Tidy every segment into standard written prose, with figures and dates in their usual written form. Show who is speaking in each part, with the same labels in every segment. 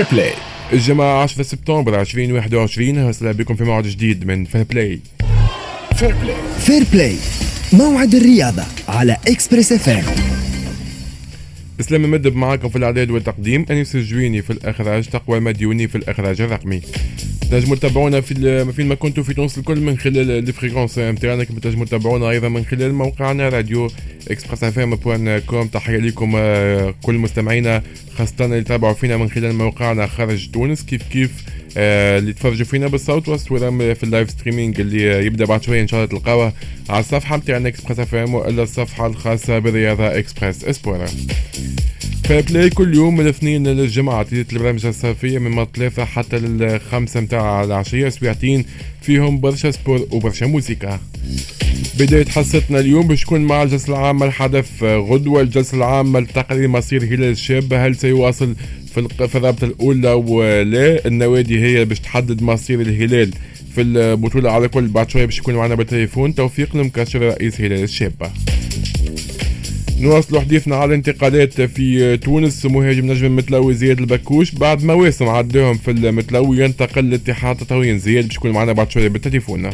Speaker 1: فير بلاي الجمعة 10 سبتمبر 2021. هسلا بكم في موعد جديد من فير بلاي.
Speaker 2: فير بلاي موعد الرياضة على إكسبريس FM.
Speaker 1: اسلام مدب معاكم في الاعداد والتقديم، انيس الجويني في الاخراج، تقوى المديوني في الاخراج الرقمي. تنجموا تتابعونا فين ما كنتوا في تونس الكل من خلال الفريكونس نتاعنا، كما تنجموا تتابعونا ايضا من خلال موقعنا راديو expressfm.com. تحيه لكم كل مستمعينا، خاصه اللي تابعوا فينا من خلال موقعنا خارج تونس، كيف اللي تفرجوا فينا بالصوت والصوره في اللايف ستريمينج اللي يبدا بعد شويه ان شاء الله تلقاوه على الصفحه نتاعنا اكسبريس اف ام، والا الصفحه الخاصه بالرياضه اكسبريس اسبورا. فبلاي كل يوم من الاثنين للجمعة، البرامج الصيفية من 3 حتى 5 متاع العشية، سبيعتين فيهم برشا سبور وبرشا موسيقى. بداية حصتنا اليوم باش تكون مع الجلسة العامة الحدث غدوة. الجلسة العامة لتقرير مصير هلال الشاب، هل سيواصل في الرابطة الأولى ولا النوادي هي باش تحدد مصير الهلال في البطولة على كل. بعد شوية باش يكون معنا بالتليفون توفيق المكشر رئيس هلال الشاب. نواصل حديثنا على الانتقالات في تونس. مهاجم نجم المتلوي زياد البكوش بعد مواسم عداهم في المتلوي ينتقل لاتحاد تطاوين. زياد باش يكون معنا بعد شويه بالتليفون.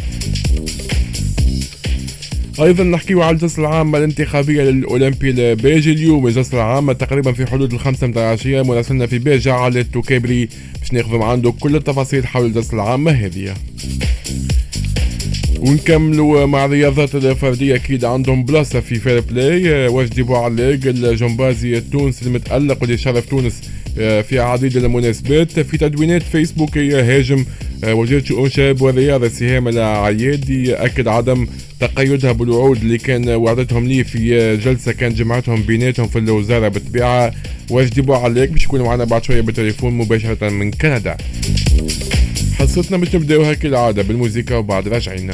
Speaker 1: ايضا نحكيو على الجلسه العامه الانتخابيه للاولمبي الباجي. اليوم الجلسه العامه تقريبا في حدود 5 متاع العشيه. مراسلنا في باجي على التوكابري باش ناخذ عنده كل التفاصيل حول الجلسه العامه هذه. ونكملوا مع الرياضات الفردية، أكيد عندهم بلاصة في فير بلاي. وجدي بوعلاق الجمبازي التونسي المتألق واللي شرف تونس في عديد المناسبات. في تدوينات فيسبوكية هاجم وزيرة شؤون شباب والرياضة سهام العيادي أكد عدم تقيدها بالوعود اللي كان وعدتهم ليه في جلسة كان جمعتهم بيناتهم في الوزارة بالطبيعة. وجدي بوعلاق باش يكونوا معنا بعد شوية بالتليفون مباشرة من كندا. حصتنا باش نبداوها كالعادة بالموسيقى وبعد راجعين.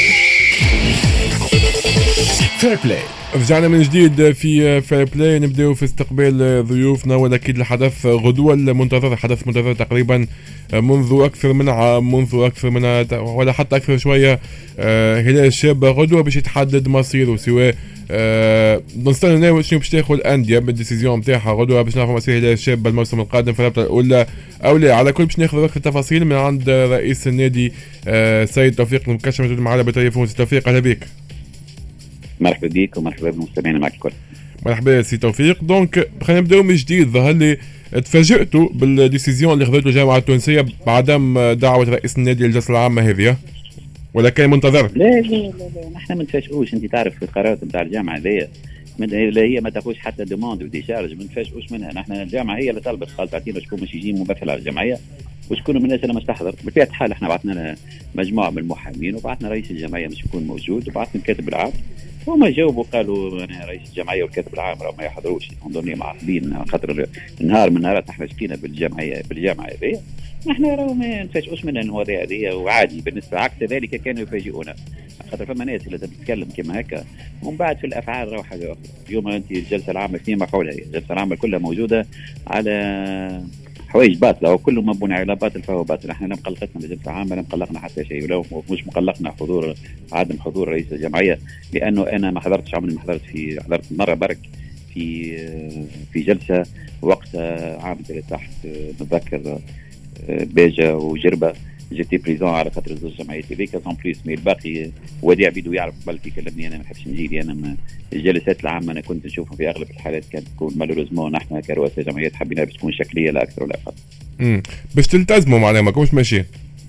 Speaker 2: فير بلاي
Speaker 1: رجعنا من جديد في فير بلاي، نبداو في استقبال ضيوفنا واكيد الحدث غدوة المنتظر، حدث منتظر تقريبا منذ اكثر من عام، ولا حتى اكثر شويه. هلال الشاب غدوة باش يتحدد مصيره، سواء نستنى شنو باش تاخذ الانديه بالديسيزيون نتاعها غدوة باش نعرفوا مصير هلال الشاب الموسم القادم في الرابطه الاولى او لا. على كل باش ناخذ وقت التفاصيل من عند رئيس النادي سيد توفيق المكشف موجود معنا بالتليفون. سي توفيق اهلا بك.
Speaker 3: مرحبا بك ومرحبا بالمستمعين معك الكل.
Speaker 1: مرحبا سي توفيق. دونك خلينا نبداو من جديد. ظهر لي تفاجئتوا بالديسيزيون اللي خذته الجامعه التونسيه بعدم دعوه رئيس النادي للجلسه العامه هذه، ولا كان منتظر؟
Speaker 3: لا نحن ما نتفاجئوش. انت تعرف في القرارات نتاع الجامعه هذيا هي ما تاخذش حتى دوموند وديشارج، ما نتفاجئوش منها. نحن الجامعه هي اللي طلبت، قالت تعطينا شكون باش يجي ممثل على الجمعيه وشكون من الناس اللي مش تحضر. بطبيعه الحال احنا بعثنا لها مجموعه من المحامين وبعثنا رئيس الجمعيه مش يكون موجود وبعثنا الكاتب العام، هما جاوبوا قالوا انا رئيس الجمعيه والكاتب العام ما يحضروش. نظني معاقبين خاطر نهار من النهارات احنا شكينا بالجامعه هذه. نحن ما نتفاجئوش منها انه هذه وعادي بالنسبه، عكس ذلك كانوا يفاجئونا خاطر فما ناس اللي تتكلم كما هكا ومن بعد في الافعال راهو حاجه اخرى. اليوم انت الجلسه العامه اثنين مفعولها، الجلسه العامه كلها موجوده على حوايج باطله وكل مبني على باطل فهو باطل. احنا لا مقلقتنا بالجلسه العامه لا مقلقنا حتى شيء، ولو مش مقلقنا عدم حضور رئيس الجمعيه، لانه انا ما حضرتش، عمري ما حضرت مره برك في جلسه وقت عام تحت نتذكر باجة وجربة جيتي بريزون على خاطر زوج جمعيات هذيك سون بليس. مي الباقي وديع بيدو يعرف قبل كي كلمني، انا ما نحبش نجي انا الجلسات العامه انا كنت نشوفها في اغلب الحالات كانت تكون مالوريزمون نحن كرؤساء جمعيات حبينا باش تكون شكليه لا اكثر ولا اقل.
Speaker 1: باش تلتزموا معناها ما كوش ماشيين.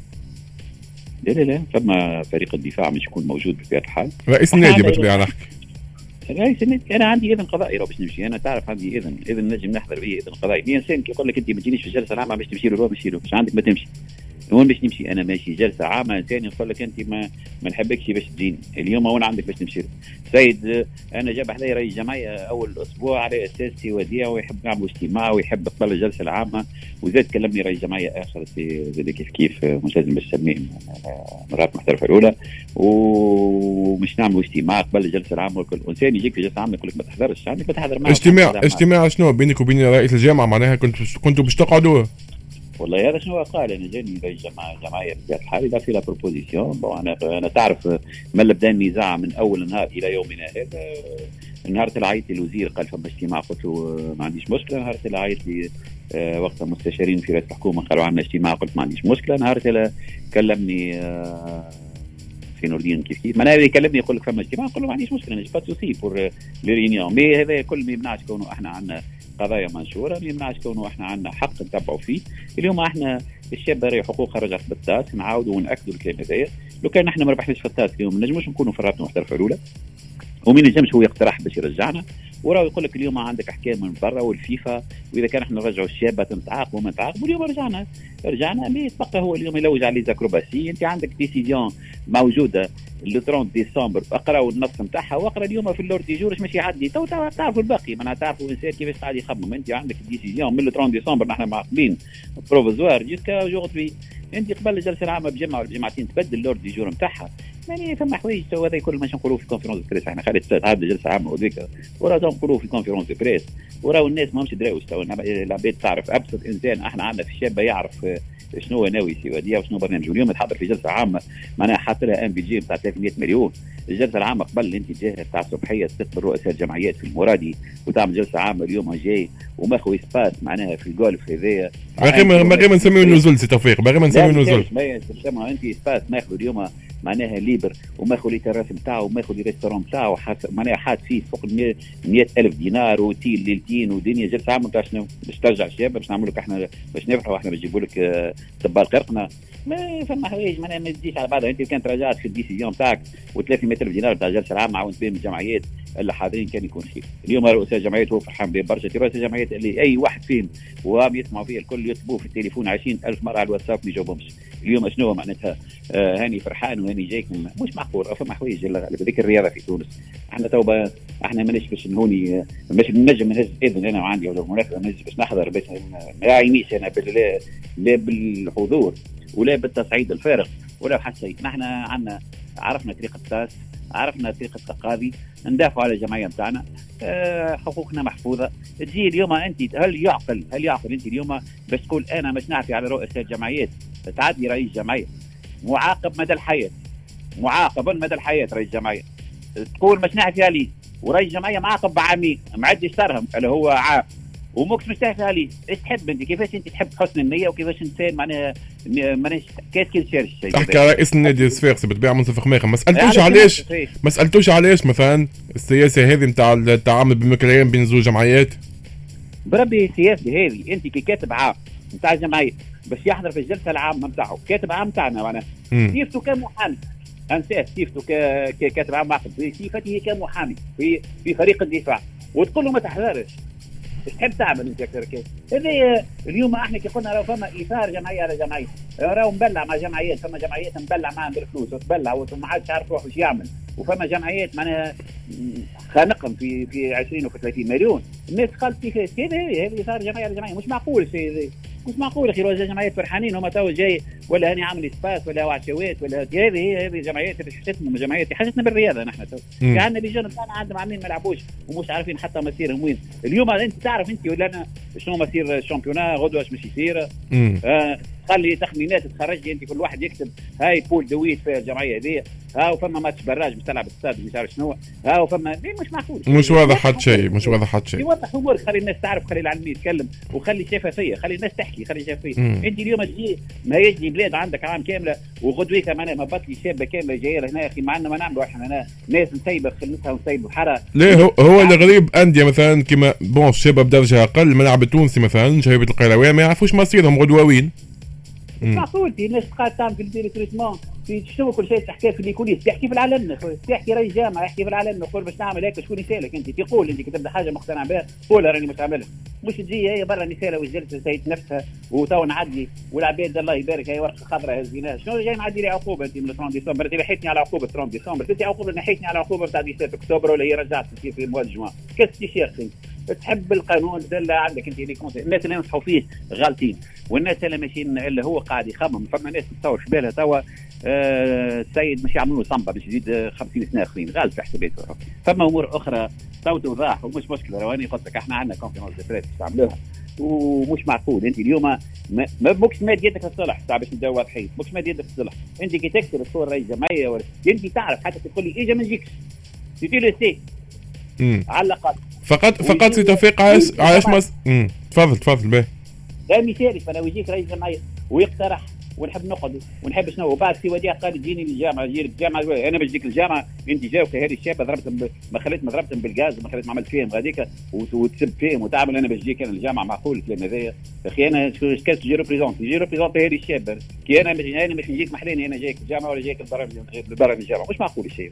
Speaker 3: لا فما فريق الدفاع مش يكون موجود بطبيعه الحال.
Speaker 1: رئيس النادي بالطبيعه نحكي.
Speaker 3: رئيس النادي انا عندي اذن قضائي لو باش نمشي، انا تعرف عندي اذن نجم نحضر به اذن قضائي. في انسان كي يقول لك انت ما تجينيش في الجلسه العامه باش تمشي له ماشي له، مش عندك ما تمشي وين باش نمشي. انا ماشي جلسه عامه، انسان يقول لك انت ما نحبكش باش تجيني اليوم وين عندك باش تمشي له. سيد انا جاب حدايا رئيس جمعيه اول اسبوع على اساس وديع ويحب نعمل اجتماع ويحب قبل الجلسه العامه، وزاد كلمني رئيس جمعيه اخر زاد كيف مش لازم باش نسميه مرات محترفه الاولى ومش نعمل اجتماع قبل الجلسه العامه. وكل انسان يجيك في جلسه عامه يقول لك ما تحضرش، عندك ما تحضر معه.
Speaker 1: اجتماع شنو بينك وبين رئيس الجامعه؟ معناها كنتوا باش تقعدوا؟
Speaker 3: والله هذا شنو قال. انا جاني رئيس جمعيه في الحال اذا في لا بروبوزيسيون. انا تعرف ما بدا النزاع من اول نهار الى يومنا هذا. نهار اللي عيط لي الوزير قال فما اجتماع، قلت له ما عنديش مشكله. نهار اللي عيط لي وقت مستشارين في رئاسة الحكومة قالوا عندنا اجتماع، قلت ما عنديش مشكلة. نهار كلمني في نور الدين كيف معناها يكلمني يقول لك فما اجتماع، نقول له ما عنديش مشكلة، نجي با سوسي بور لي ريونيون. مي هذا كل ما يمنعش كونه احنا عندنا قضايا منشوره، ما يمنعش كونه احنا عندنا حق نتبعوا فيه. اليوم احنا الشاب راهي حقوقها رجعت بالتاس، نعاودوا وناكدوا الكلام هذايا. لو كان احنا ما ربحناش في التاس اليوم ما نجموش نكونوا فرطنا محترفه الاولى، ومين ينجمش هو يقترح باش يرجعنا. وراه يقول لك اليوم عندك احكام من برا والفيفا، واذا كان احنا نرجعوا الشابه نتعاقبوا ما نتعاقبوا. اليوم رجعنا مي يتبقى هو اليوم يلوج على ليزاكروباسي. انت عندك ديسيزيون موجوده لو 30 ديسمبر، اقراوا النص نتاعها واقرا اليوم في اللورد دي جور مش يعدي تو تعرفوا الباقي. معناها تعرفوا الانسان كيفاش قاعد يخمم. انت عندك الديسيزيون من لو 30 ديسمبر نحن معاقبين بروفيزوار جيسكا جوغدوي. انت قبل الجلسه العامه بجمعه ولا جمعتين تبدل اللورد دي جور نتاعها. يعني فما حوايج تو هذا كل ما نقولوه في كونفيرونس بريس. احنا خليت تعاد جلسه عامه وذيك وراه نقولوه في كونفيرونس بريس، وراه الناس ماهمش دراوش. تو العباد تعرف ابسط انسان احنا عندنا في الشابه يعرف شنو هو ناوي سواديه وشنو برنامجه. اليوم تحضر في جلسه عامه معناها حاط لها ام بي جي نتاع 300 مليون. الجلسه العامه قبل انت جاهز تاع الصبحيه تستقبل رؤساء الجمعيات في المرادي وتعمل جلسه عامه اليوم جاي وماخو اسباس معناها في الجولف هذايا.
Speaker 1: باغي ما نسميو النزول سي توفيق، باغي ما نسميو النزول.
Speaker 3: ما تسمى انت اسباس ماخذ اليوم معناها ليبر وماخذ لي تراس نتاعو وماخذ لي ريستورون نتاعو معناها حاط فيه فوق 100,000 دينار وتيل ليلتين ودنيا. جلسه عامه نتاع شنو باش ترجع الشباب باش نعملوا لك احنا باش نفرحوا احنا باش نجيبوا لك طبال قرقنا. ما فما حوايج معناها ما تجيش على بعضها. انت كانت رجعت في الديسيزيون تاعك و300,000 دينار تاع الجلسه العامه عاونت بهم الجمعيات اللي حاضرين كان يكون خير. اليوم رؤساء الجمعيات هو فرحان بهم برشا. رؤساء الجمعيات اللي اي واحد فيهم وهم يسمعوا فيه الكل يطلبوه في التليفون 20,000 مره على الواتساب ما يجاوبهمش. اليوم شنو معناتها هاني فرحان وهاني جايكم مش معقول. فما حوايج هذيك الرياضه في تونس احنا توبه احنا ماناش باش نهوني باش نجم نهز اذن انا وعندي ولا مناسبه باش نحضر باش ما يعينيش انا لا بالحضور ولا بالتصعيد الفارغ ولا حتى شيء. نحن عندنا عرفنا طريقه التاس، عرفنا طريقه التقاضي، ندافعوا على الجمعيه نتاعنا، حقوقنا محفوظه. تجي اليوم انت هل يعقل انت اليوم باش تقول انا مش نعفي على رؤساء الجمعيات تعدي رئيس جمعيه معاقب مدى الحياه، معاقب مدى الحياه رئيس جمعيه، تقول مش نعفي عليه ورئيس جمعيه معاقب بعامين معدي اشترهم اللي هو عام وموكس مستعفي عليه. ايش تحب انت؟ كيفاش انت تحب حسن النيه وكيفاش انسان معناها ماناش كيس شارش الشيء.
Speaker 1: تحكي على رئيس النادي الصفاقسي بتبيع منصف خماخه، ما سالتوش علاش مثلا السياسه هذه نتاع التعامل بالمكريين بين زوج جمعيات؟
Speaker 3: بربي السياسه هذه انت كي كاتب عام نتاع الجمعيه باش يحضر في الجلسه العامه نتاعو كاتب عام نتاعنا معناها سيفته كمحامي. انساه سيفته كاتب عام معقد صفته كمحامي في فريق الدفاع وتقول له ما تحضرش. ايش تحب تعمل انت اكثر كيف؟ هذه اليوم احنا كي قلنا راه فما ايثار جمعيه على جمعيه، راه مبلع مع جمعيات، فما جمعيات مبلع معاهم بالفلوس وتبلع وما عادش عارف روحه ايش يعمل، وفما جمعيات معناها خانقهم في 20 وفي 30 مليون. الناس قالت كيفاش هذه ايثار جمعيه على جمعيه مش معقول الشيء هذا، مش معقول اخي. راه جمعيات فرحانين هما تو جاي ولا هاني عامل اسباس ولا وعشوات ولا هذه جمعيات اللي حشتنا جمعيات حاجتنا بالرياضه. نحن تو عندنا لجان نتاعنا عندهم عاملين ما يلعبوش ومش عارفين حتى مصيرهم وين. اليوم انت تعرف انت ولا انا شنو مصير الشامبيونا غدوه اش مش يصير. خلي تخمينات تخرج لي انت كل واحد يكتب هاي بول دويت في الجمعيه هذه ها وفما ماتش براج باش تلعب استاد مش عارف شنو ها وفما مش معقول
Speaker 1: مش واضح حتى شيء
Speaker 3: يوضح امورك. خلي الناس تعرف، خلي العلمي يتكلم وخلي شفافيه، خلي الناس تحكي، خلي شفافيه. انت اليوم تجي ما يجي بلاد عندك عام كامله وغدويك معناها ما بطلي شابه كامله جايه لهنا يا اخي. معنا ما نعملوا احنا هنا ناس نسيبه خلتها ونسيبوا حاره.
Speaker 1: ليه هو الغريب انديه مثلا كيما بون الشباب بدرجه اقل الملعب التونسي مثلا شباب القيروان ما يعرفوش مصيرهم غدواوين.
Speaker 3: معقول الناس قاعد تعمل في التريتمون في شنو كل شيء تحكي في الكوليس، تحكي في العلن، تحكي رئيس جامعه يحكي في العلن وقول باش نعمل هيك شكون يسالك انت؟ تقول انت كتبدا حاجه مقتنع بها قولها راني مش عاملها، مش تجي هي برا نساله وجلسه سيد نفسها وتو نعدي والعباد الله يبارك هي ورقه خضراء هزيناها. شنو جاي معدي لي عقوبه انت من 30 ديسمبر؟ انت لحيتني على عقوبه 30 ديسمبر، انت عقوبه نحيتني على عقوبه تاع 17 اكتوبر ولا هي رجعت في مواد جوان. كاس شيخ تحب القانون دل عندك انت اللي الناس اللي ينصحوا فيه غالطين والناس اللي ماشيين اللي هو قاعد يخمم. فما ناس تصور في بالها توا السيد مش يعملوا صنبه باش يزيد 50 سنه اخرين غالط في حساباته. فما امور اخرى تو توضح ومش مشكله. رواني قلت لك احنا عندنا كونفيرونس دي بريس تعملوها ومش معقول. انت اليوم ما بوكس ماد يدك في الصلح تاع باش نداو واضحين، بوكس ماد يدك في الصلح. انت كي تكتب الصور رئيس جمعيه ولا انت تعرف حتى تقول لي اجا ما نجيكش تدير لي سي على الاقل
Speaker 1: فقط سي توفيق عايش تفضل باهي.
Speaker 3: لا مثالي، فانا يجيك رئيس جمعيه ويقترح ونحب نقعد ونحب شنو، وبعد في وديع قال تجيني للجامعه، تجي للجامعه، انا باش نجيك الجامعه انت جاوك هذه الشابه ضربتهم ما ضربتهم بالغاز، ما خليت ما عملت فيهم غاديك وتسب فيهم وتعمل، انا باش نجيك انا الجامعه، معقول الكلام هذايا؟ اخي انا كاس جي ريبريزونت هذه الشابه كي انا باش نجيك محليني انا جايك الجامعه ولا جايك برا الجامعه، مش معقول الشيء.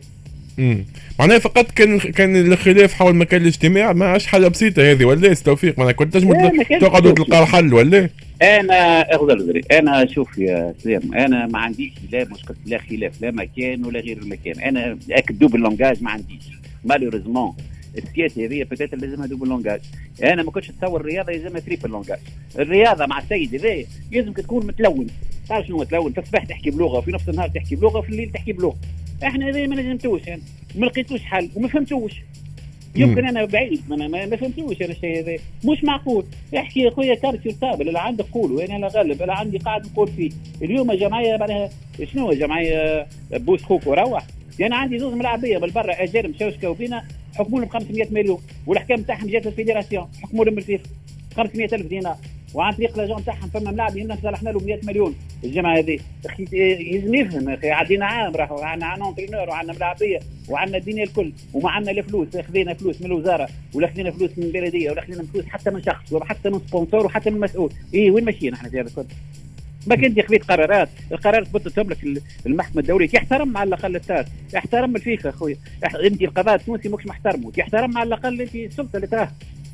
Speaker 1: معناها فقط كان الخلاف حول مكان الاجتماع، ما عادش حاجه بسيطه هذه ولا توفيق؟ معناها كنت تنجم تقعدوا تلقاو حل ولا؟
Speaker 3: انا اغزر انا شوف يا سلام، انا ما عنديش لا مشكله لا خلاف لا مكان ولا غير المكان، انا اكدوب اللونجاج ما عنديش مالوريزمون. السياسه هذه بتات لازمها دوبل لونجاج. انا ما كنتش نتصور الرياضه لازمها تريبل لونجاج. الرياضه مع السيد هذا لازمك تكون متلون. تعرف شنو متلون؟ في الصباح تحكي بلغه وفي نفس النهار تحكي بلغه وفي الليل تحكي بلغه. احنا هذا ما نجمتوش يعني، ما لقيتوش حل وما فهمتوش. يمكن انا بعيد ما فهمتوش انا الشيء هذا، مش معقول. يحكي يا خويا كارتي الطابل اللي عندك قولوا، يعني انا غالب انا عندي قاعد نقول فيه. اليوم جمعيه معناها شنو جمعيه بوس خوك وروح، يعني عندي زوز ملاعبيه بالبرا اجانب مشاوشكا وبينا حكموا لهم 500 مليون، والاحكام تاعهم جات الفيدراسيون حكموا لهم بالفيف 500,000 دينار، وعن طريق لاجون تاعهم فما ملاعب يمنا صلحنا له 100 مليون. الجماعه هذه اخي يلزم يفهم اخي، عدينا عام راهو عندنا انترينور وعندنا ملاعبيه وعندنا الدنيا الكل، وما عندنا لا فلوس، خذينا فلوس من الوزاره ولا خذينا فلوس من البلديه ولا خذينا فلوس حتى من شخص وحتى من سبونسور وحتى من مسؤول. وين ماشيين احنا في هذا الكل؟ ما كنت خذيت القرارات بطلتهم لك المحكمه الدوليه، يحترم على الاقل التاس، يحترم الفيفا اخويا، انت القضاء التونسي ماكش محترمه، يحترم على الاقل انت السلطه اللي تراه.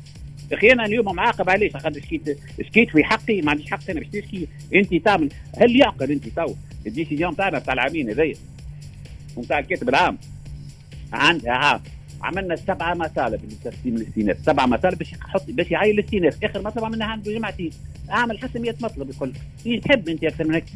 Speaker 3: اخي انا اليوم معاقب عليه خاطر شكيت في حقي، ما عنديش حق انا باش تشكي. انت تعمل هل يعقل انت تو الديسيجن تاعنا تاع العامين هذايا وتاع الكاتب العام عندها عام عملنا 7 مطالب لتسليم الاستئناف، 7 مطالب باش يعين الاستئناف، اخر مطلب عملناها عنده جماعتين، اعمل حتى 100 مطلب يقول لك تحب انت اكثر من هيك؟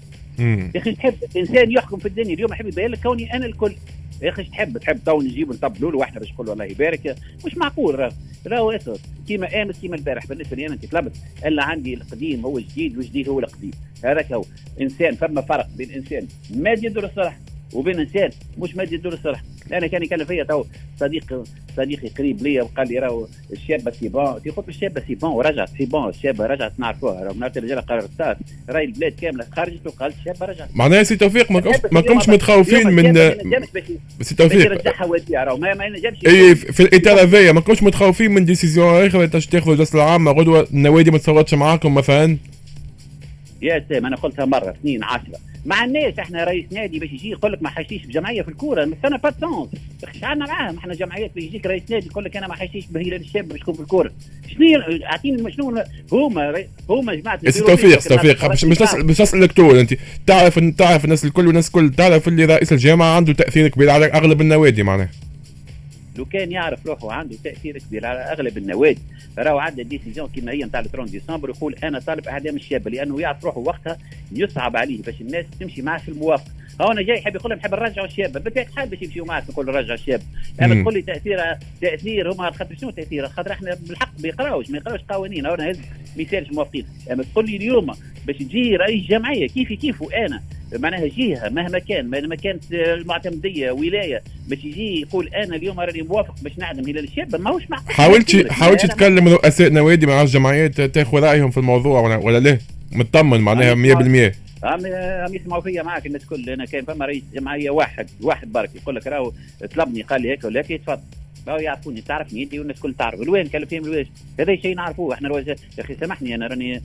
Speaker 3: يا اخي تحب انسان يحكم في الدنيا اليوم يحب يبين لك كوني انا الكل، يا اخي تحب تو نجيب نطبلوا له واحنا باش نقول الله يبارك، مش معقول. راهو اسود كيما امس كيما البارح، بالنسبه لي انا انت طلبت الا عندي القديم هو الجديد والجديد هو القديم، هذاك هو انسان. فما فرق بين انسان مادي يدور الصلاح وبين انسان مش مادي يدور الصلاح. انا كان يكلم فيا تو صديقي قريب ليا وقال لي راهو الشابه سي بون، قلت الشابه سي بون ورجعت سي بون، الشابه رجعت نعرفوها، راهو نعرف الرجال قررت راي البلاد كامله خرجت وقالت الشابه رجعت.
Speaker 1: معناها سي توفيق ما كنتش متخوفين من سي توفيق
Speaker 3: رجعها وديع، راهو ما نجمش
Speaker 1: اي في الاطار هذايا ما كنتش متخوفين من ديسيزيون اخرى تاخذوا الجلسه العامه غدوه النوادي ما تصوتش معاكم مثلا؟
Speaker 3: يا سام انا قلتها مره 2 10 مع الناس. احنا رئيس نادي باش يجي يقول لك ما حيشتيش بجمعيه في الكوره، انا با سونس ايش عندنا معاهم احنا جمعيات باش يجيك رئيس نادي يقول لك انا ما حيشتيش بهلال الشاب باش يكون في الكوره. شنو اعطيني شنو هما جماعه
Speaker 1: توفيق مش نسالك طول، انت تعرف الناس الكل والناس الكل تعرف اللي رئيس الجامعه عنده تاثير كبير على اغلب النوادي. معناه
Speaker 3: لو كان يعرف روحه عنده تاثير كبير على اغلب النوادي، راهو عنده ديسيجن كيما هي نتاع 30 ديسمبر يقول انا طالب اعدام الشاب، لانه يعرف روحه وقتها يصعب عليه باش الناس تمشي معاه في الموافقه. هو انا جاي يحب يقول لهم نحب نرجعوا الشاب، بالفعل حال باش يمشيوا معك نقول رجع الشاب. اما تقول لي تاثير هما خاطر شنو تاثير؟ خاطر احنا بالحق ما يقراوش قوانين، انا هز مثال موافقين. اما تقول لي اليوم باش تجي رئيس جمعيه كيف وانا معناها جهه مهما كانت المعتمديه ولايه باش يجي يقول انا اليوم راني موافق باش نعدم هلال الشاب، ماهوش معقول.
Speaker 1: حاولت تكلم رؤساء نوادي مع الجمعيات تاخذ رايهم في الموضوع ولا لا؟ مطمن معناها 100%؟
Speaker 3: يسمعوا فيا معك الناس كل. انا كان فما رئيس جمعيه واحد برك يقول لك راهو طلبني قال لي هيك ولا هيك، تفضل راهو يعرفوني تعرفني انت والناس كل تعرف الوين كان فيهم الواجب، هذا شيء نعرفوه احنا الواجب. يا اخي سامحني انا راني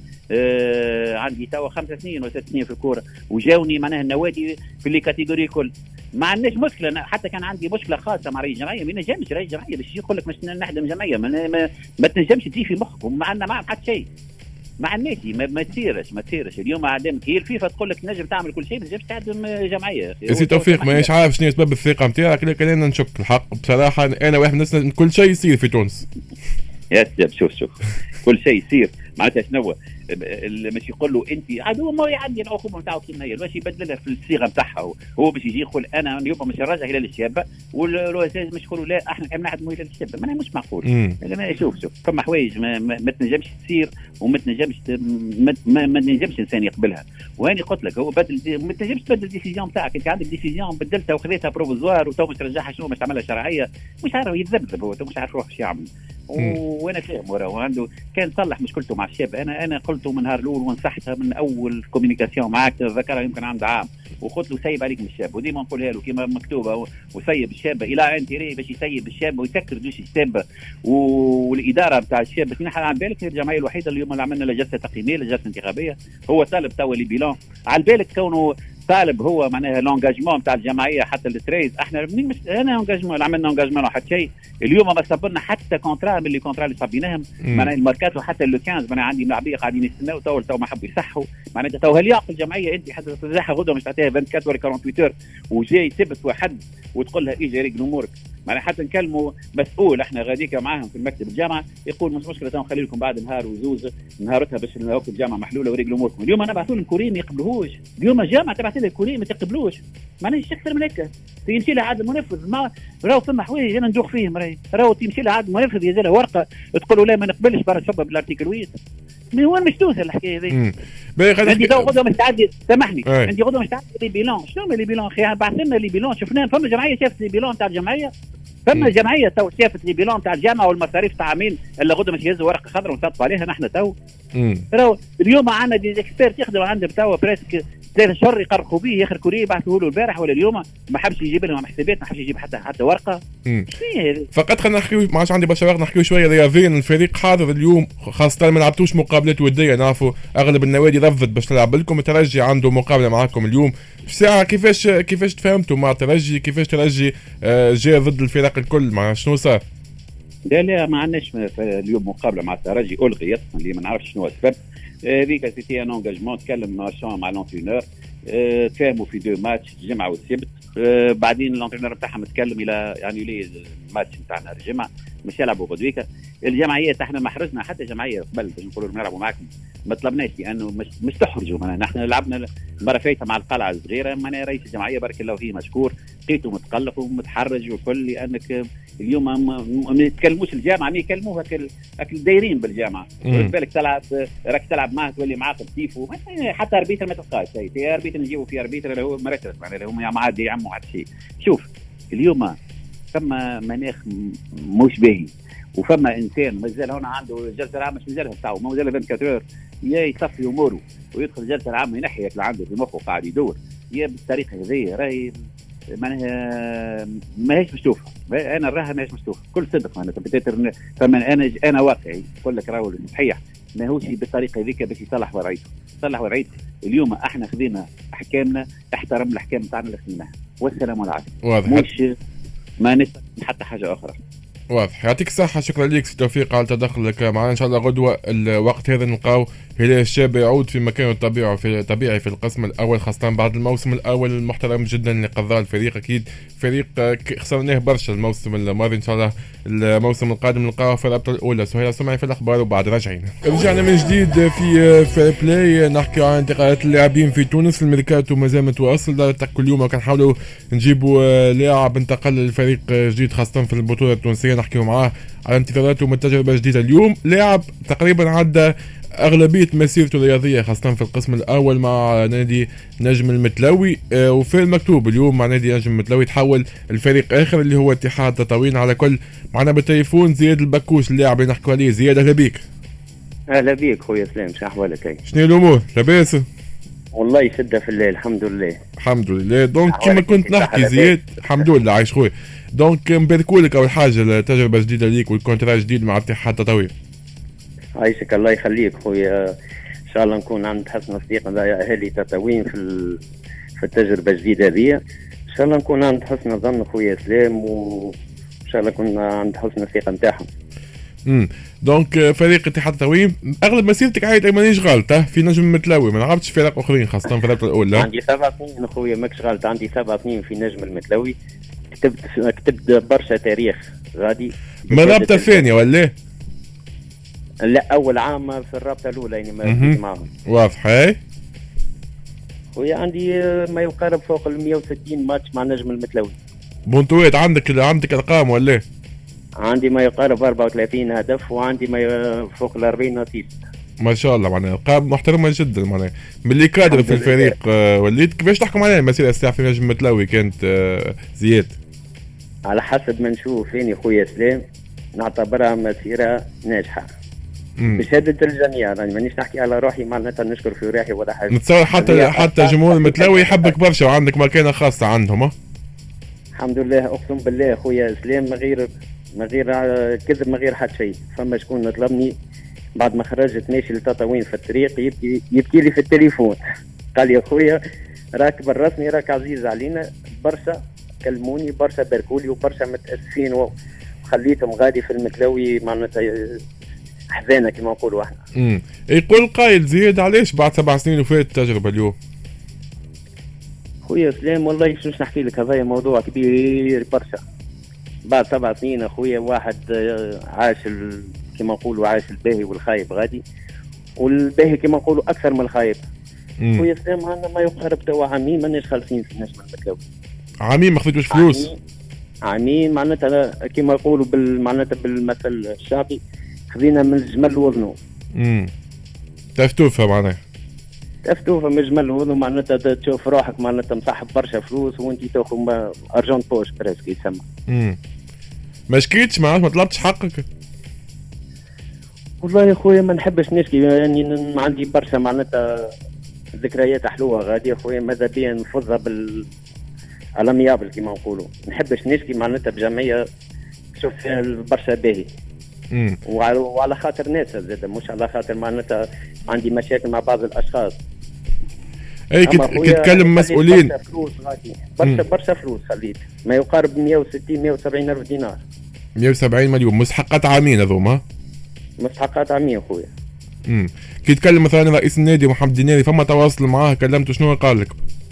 Speaker 3: عندي توا 5 سنين ولا 6 سنين في الكوره، وجاوني معناها النوادي في اللي كاتيجوري كل ما عندناش مشكله. حتى كان عندي مشكله خاصه مع رئيس جمعيه، ما نجمش رئيس جمعيه باش يقول لك مش نحدم جمعيه، ما تنجمش تجي في مخك وما عندنا معهم حتى شيء مع النادي. ما تصيرش اليوم عدمك هي الفيفا تقول لك تنجم تعمل كل شيء، ما تنجمش تعدم جمعيه.
Speaker 1: سي توفيق مانيش عارف شنو سبب الثقه نتاعك، لكن انا نشك الحق بصراحه. انا واحد من الناس كل شيء يصير في تونس
Speaker 3: يا سيدي شوف كل شيء يصير معناتها شنو مش يقول له انت عاد هو ما يعدي العقوبه نتاعو كيما هي، باش يبدلها في الصيغه نتاعها. هو باش يجي يقول انا اليوم مش نرجع هلال الشابه، والرؤساء مش يقولوا لا احنا كنا نعدموا هلال الشابه. ما مش معقول. شوف فما حوايج ما تنجمش تصير وما تنجمش ما تنجمش انسان يقبلها. وهاني قلت لك هو بدل ما تنجمش تبدل الديسيجن نتاعك، انت عندك ديسيجن بدلتها وخذيتها بروفيزوار وتو مش ترجعها شنو مش تعملها شرعيه، مش عارف يتذبذب هو مش عارف روح ايش يعمل. وانا فاهم وراه عنده كان صلح مشكلته مع الشاب. انا قلته من نهار الاول ونصحتها من اول كوميونيكاسيون معاك، ذكرها يمكن عنده عام، وقلت له سيب عليك من الشاب، وديما نقولها له كما مكتوبه، وسيب الشاب الى انتري باش يسيب الشاب ويسكر دوش الشاب والاداره بتاع الشاب. بس نحن على بالك الجمعيه الوحيده اليوم اللي عملنا جلسه تقييميه، جلسه انتخابيه، هو طالب توا لي بيلون. على بالك كونه طالب هو معناها لونجاجمون تاع الجمعيه حتى التريز. احنا مش انا انجاجمون عملنا انجاجمون حتى شيء. اليوم ما صبرنا حتى كونترا من اللي كونترا اللي صابيناهم معناها الماركاتو حتى لو 15 معناها عندي لاعبيه قاعدين يستناو تو ما حبوا يصحوا معناها تو هل يعقل الجمعيه انت حتى ترجعها غدوه مش تعطيها 24 ولا 48 اور وجاي سبت واحد وتقول لها ايجي رجل امورك. معناها حتى نكلموا مسؤول احنا غاديك معاهم في المكتب الجامعه يقول مش مشكله تو نخلي لكم بعد نهار وزوز نهارتها باش نوقف الجامعه محلوله ورجل اموركم. اليوم انا بعثوا لهم كوري ما يقبلوهوش، اليوم الجامعه تبعث لها كوري ما تقبلوش. معناها اكثر من هكا تمشي لها عاد المنفذ ما راهو ثم حوايج انا ندوخ فيهم راهو تمشي لها عاد المنفذ يجي لها ورقه تقول له لا ما نقبلش برا تشبه بالارتيكل 8. من وين مش توصل الحكايه هذه؟ عندي تو غدوه مستعد سامحني عندي غدوه مستعد لي بيلون. شنو لي بيلون اخي؟ بعث لنا لي بيلون شفناه. فما جمعيه شافت لي بيلون تاع الجمعيه، فما جمعيه تو شافت لي بيلون تاع الجامعه والمصاريف تاع عامين اللي غدوه مش يهزوا ورقه خضراء ونصطفوا عليها نحن تو. راهو اليوم عندنا دي اكسبيرت يخدموا عندهم تو بريسك 3 شهور يقرقوا به ياخر كوريه بعثوه له البارح ولا اليوم ما حبش يجيب لهم حسابات، ما حبش يجيب حتى ورقه.
Speaker 1: فقط خلينا نحكيو ما عادش عندي برشا وقت نحكيو شويه رياضيا. الفريق حاضر اليوم خاصه ما لعبتوش مقابلات وديه، نعرفوا اغلب النوادي رفضت باش تلعب لكم. الترجي عنده مقابله معاكم اليوم في ساعه. كيفاش تفاهمتوا مع الترجي؟ كيفاش ترجي جاء ضد الفرق الكل؟ مع شنو صار؟
Speaker 3: لا ما عندناش اليوم مقابله مع الترجي الغيت اللي ما نعرفش شنو السبب. هذيك سيتي ان انجاجمون تكلم مع لونترينور تفاهموا في 2 ماتش الجمعه والسبت. بعدين اللونترينور بتاعهم تكلم الى يعني لي الماتش نتاعنا الجمعه مش يلعبوا غدويكا. الجمعيات احنا ما حرجنا حتى جمعيه قبل باش نقولوا نلعبوا معكم ما طلبناش لانه مش تحرجوا. نحن لعبنا المره فاتت مع القلعه الصغيره معناها رئيس الجمعيه بارك الله فيه مشكور لقيته متقلق ومتحرج وكل لانك اليوم ما يتكلموش الجامعه ما يكلموها دايرين بالجامعه. بالك تلعب راك تلعب معاه تولي معاقب تيفو حتى اربيتر ما تلقاش شيء. اربيتر نجيبوا في اربيتر اللي هو مرتب معناها هم معاه يعموا حتى شيء. شوف اليوم فما مناخ مش باهي وفما انسان مازال هنا عنده جلسه العامه مش مازالها بتاعه ما مازال 24 اور يا يصفي اموره ويدخل الجلسه العامه ينحي اللي عنده في مخه قاعد يدور يا بالطريقه هذه راهي معناها ماهيش مشوفه. انا نراها ماهيش مشوفه كل صدق معناتها فما انا واقعي نقول لك راهو صحيح ماهوش بالطريقه هذيك باش يصلح وضعيته. صلح وضعيته اليوم احنا خذينا احكامنا احترم الاحكام تاعنا اللي خذيناها والسلام عليكم. مش ما نستفيد حتى حاجه اخرى.
Speaker 1: واضح. يعطيك الصحة. شكرا لك سي توفيق على تدخلك معنا. إن شاء الله غدوة الوقت هذا نلقاو هلال الشاب يعود في مكانه الطبيعي في القسم الأول خاصة بعد الموسم الأول المحترم جدا اللي قضاه الفريق. أكيد فريق خسرناه برشا الموسم الماضي. إن شاء الله الموسم القادم نلقاه في الرابطة الأولى. سهيل سمعي في الأخبار وبعد رجعنا من جديد في فير بلاي نحكي عن انتقالات اللاعبين في تونس. الميركاتو مازال متواصل كل يوم كنحاولوا نجيبوا لاعب انتقل للفريق جديد خاصة في البطولة التونسية نحكيو معاه على انتظاراته من تجربة جديدة. اليوم لاعب تقريبا عدى أغلبية مسيرته الرياضية خاصة في القسم الأول مع نادي نجم المتلوي وفي المكتوب اليوم مع نادي نجم المتلوي تحول الفريق آخر اللي هو اتحاد تطاوين. على كل معنا بالتليفون زياد البكوش اللاعب اللي نحكوا عليه. زياد أهلا بيك.
Speaker 4: أهلا بيك خويا سلام شو أحوالك؟
Speaker 1: شنو الأمور لاباس؟
Speaker 4: والله يشدها في الليل الحمد لله.
Speaker 1: الحمد لله. دونك كما كنت نحكي زياد الحمد لله عايش خويا. دونك نباركولك أول حاجة التجربة جديدة ليك والكونترا جديد مع اتحاد تطاوين.
Speaker 4: عايشك الله يخليك خويا. ان شاء الله نكون عند حسن الثقه اهالي تطاوين في التجربه الجديده هذه. ان شاء الله نكون عند حسن الظن خويا سلام وان شاء الله نكون عند حسن الثقه نتاعهم.
Speaker 1: دونك فريق اتحاد تطاوين اغلب مسيرتك عايد مانيش غلط في نجم المتلوي ما لعبتش فرق اخرين خاصه في الفتره الاولى.
Speaker 4: عندي 7 سنين خويا ماكش غلط. عندي 7 سنين في نجم المتلوي. كتبت برشا تاريخ غادي.
Speaker 1: ما رابطه ثانيه ولا
Speaker 4: لا اول عام في الرابطه الاولى يعني ما معهم.
Speaker 1: واضح. هاي
Speaker 4: خويا عندي ما يقارب فوق ال 160 ماتش مع نجم المتلوي.
Speaker 1: بونتوات عندك ارقام ولا؟
Speaker 4: عندي ما يقارب 34 هدف وعندي ما فوق ال 40 نتيجه.
Speaker 1: ما شاء الله معناها ارقام محترمه جدا معناها من اللي كادر في الفريق. وليد كيفاش تحكم عليها المسيره الساعه في نجم المتلوي كانت زياد؟
Speaker 4: على حسب ما نشوف فيني خويا سلام نعتبرها مسيره ناجحه بشهاده الجميع. راني مانيش نحكي على روحي معناتها نشكر في روحي ولا حاجه.
Speaker 1: نتصور حتى جمهور المتلاوي يحبك برشا وعندك مكانه خاصه عندهم.
Speaker 4: الحمد لله اقسم بالله خويا اسلام من غير كذب من غير حتى شيء. فما شكون طلبني بعد ما خرجت ماشي لتطاوين في الطريق يبكي لي في التليفون قال لي خويا راك بالرسمي راك عزيز علينا برشا، كلموني برشا باركولي وبرشا متاسفين وخليتهم غادي في المتلاوي معناتها حزانه كما نقولوا احنا.
Speaker 1: يقول قايل زياد علاش بعد 7 سنين وفات التجربه اليوم؟
Speaker 4: خويا سلام والله شنو نحكي لك، هذا موضوع كبير برشا. بعد 7 سنين اخويا واحد عاش كما نقولوا عاش الباهي والخايب غادي، والباهي كما نقولوا اكثر من الخايب. خويا سلام عندنا ما يقارب توا عامين ماناش خالصين في النجم المتلاوي.
Speaker 1: عامين ما خذيتوش فلوس؟
Speaker 4: عامين معناتها كما يقولوا معناتها بالمثل الشعبي خذينا من الجمل وزنه.
Speaker 1: تفتوفها معناها.
Speaker 4: تفتوفها من الجمل وزنه معناتها تشوف روحك معناتها مصاحب برشا فلوس وانت تاخذ ارجون بوش بريسك يسمى.
Speaker 1: ما شكيتش ما طلبتش حقك؟
Speaker 4: والله يا خويا ما نحبش نشكي، يعني عندي برشا معناتها ذكريات حلوه غادي يا خويا، ماذا بيا نفضها على ميابل كما نقولوا. نحبش نشكي معناتها بجمعيه شوف فيها برشا باهي. وعلى خاطر ناس زاد مش على خاطر معناتها عندي مشاكل مع بعض الاشخاص.
Speaker 1: اي كي تكلم مسؤولين
Speaker 4: برشا فلوس غادي برشا فلوس خليت ما يقارب 160 170 الف دينار.
Speaker 1: 170 مليون مستحقات عامين هذوما؟ مستحقات
Speaker 4: عامين خويا.
Speaker 1: كي تكلم مثلا رئيس النادي محمد ديناري فما تواصل معاه كلمته شنو قال لك؟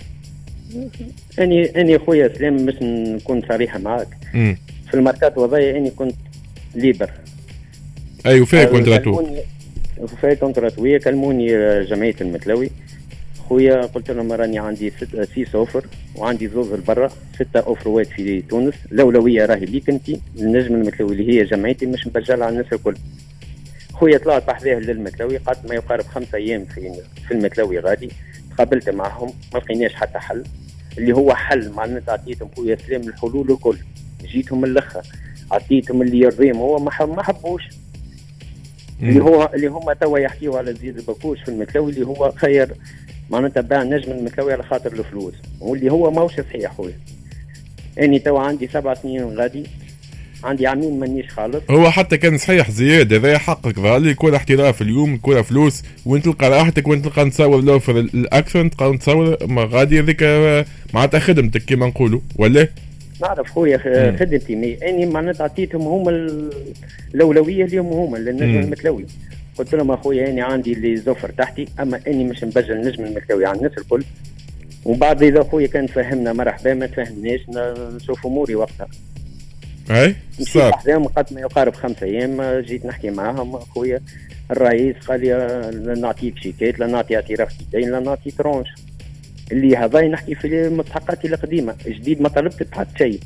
Speaker 4: اني خويا سلام باش نكون صريحه معاك. في الماركات وضعي اني كنت ليبر.
Speaker 1: ايوه فيها كونتراتو.
Speaker 4: فيها كونتراتوية. كلموني جمعية المتلاوي خويا قلت لهم راني عندي 6 اوفر وعندي زوز لبرا 6 اوفروات في تونس. الاولويه راهي ليك انت النجم المتلاوي اللي هي جمعيتي مش مبجله على الناس الكل. خويا طلعت بحذاه للمتلاوي قعدت ما يقارب 5 ايام في المتلاوي غادي. تقابلت معهم ما لقيناش حتى حل اللي هو حل معناتها عطيتهم خويا سلام الحلول الكل. جيتهم من الاخر عطيتهم اللي يرضيهم هو ما حبوش. اللي هما توا يحكيوا على زيد البكوش في المتلاوي اللي هو خير معناتها باع نجم المتلاوي على خاطر الفلوس واللي هو ماهوش صحيح خويا. اني توا عندي 7 سنين غادي عندي عامين مانيش خالص.
Speaker 1: هو حتى كان صحيح زياد هذا حقك ظهرلي يكون احتراف اليوم يكون فلوس وانت تلقى راحتك وانت تلقى نتصور الاوفر الاكثر تلقى نتصور ما غادي هذيك معناتها خدمتك كما نقولوا ولا؟
Speaker 4: نعرف خويا خدمتي اني معناتها عطيتهم هما الاولويه اليوم هما للنجم المتلاوي. قلت لهم اخويا اني عندي اللي زوفر تحتي اما اني مش نبجل النجم المتلاوي على الناس الكل. وبعد اذا اخويا كان فهمنا مرحبا ما تفهمناش نشوف اموري وقتها.
Speaker 1: اي صار
Speaker 4: قد ما يقارب 5 ايام جيت نحكي معاهم اخويا الرئيس قال لي لا نعطيك شيكات لا نعطي اعتراف دين لا نعطي ترونش. اللي هذا نحكي في مستحقاتي القديمه جديد ما طلبت حتى شيء.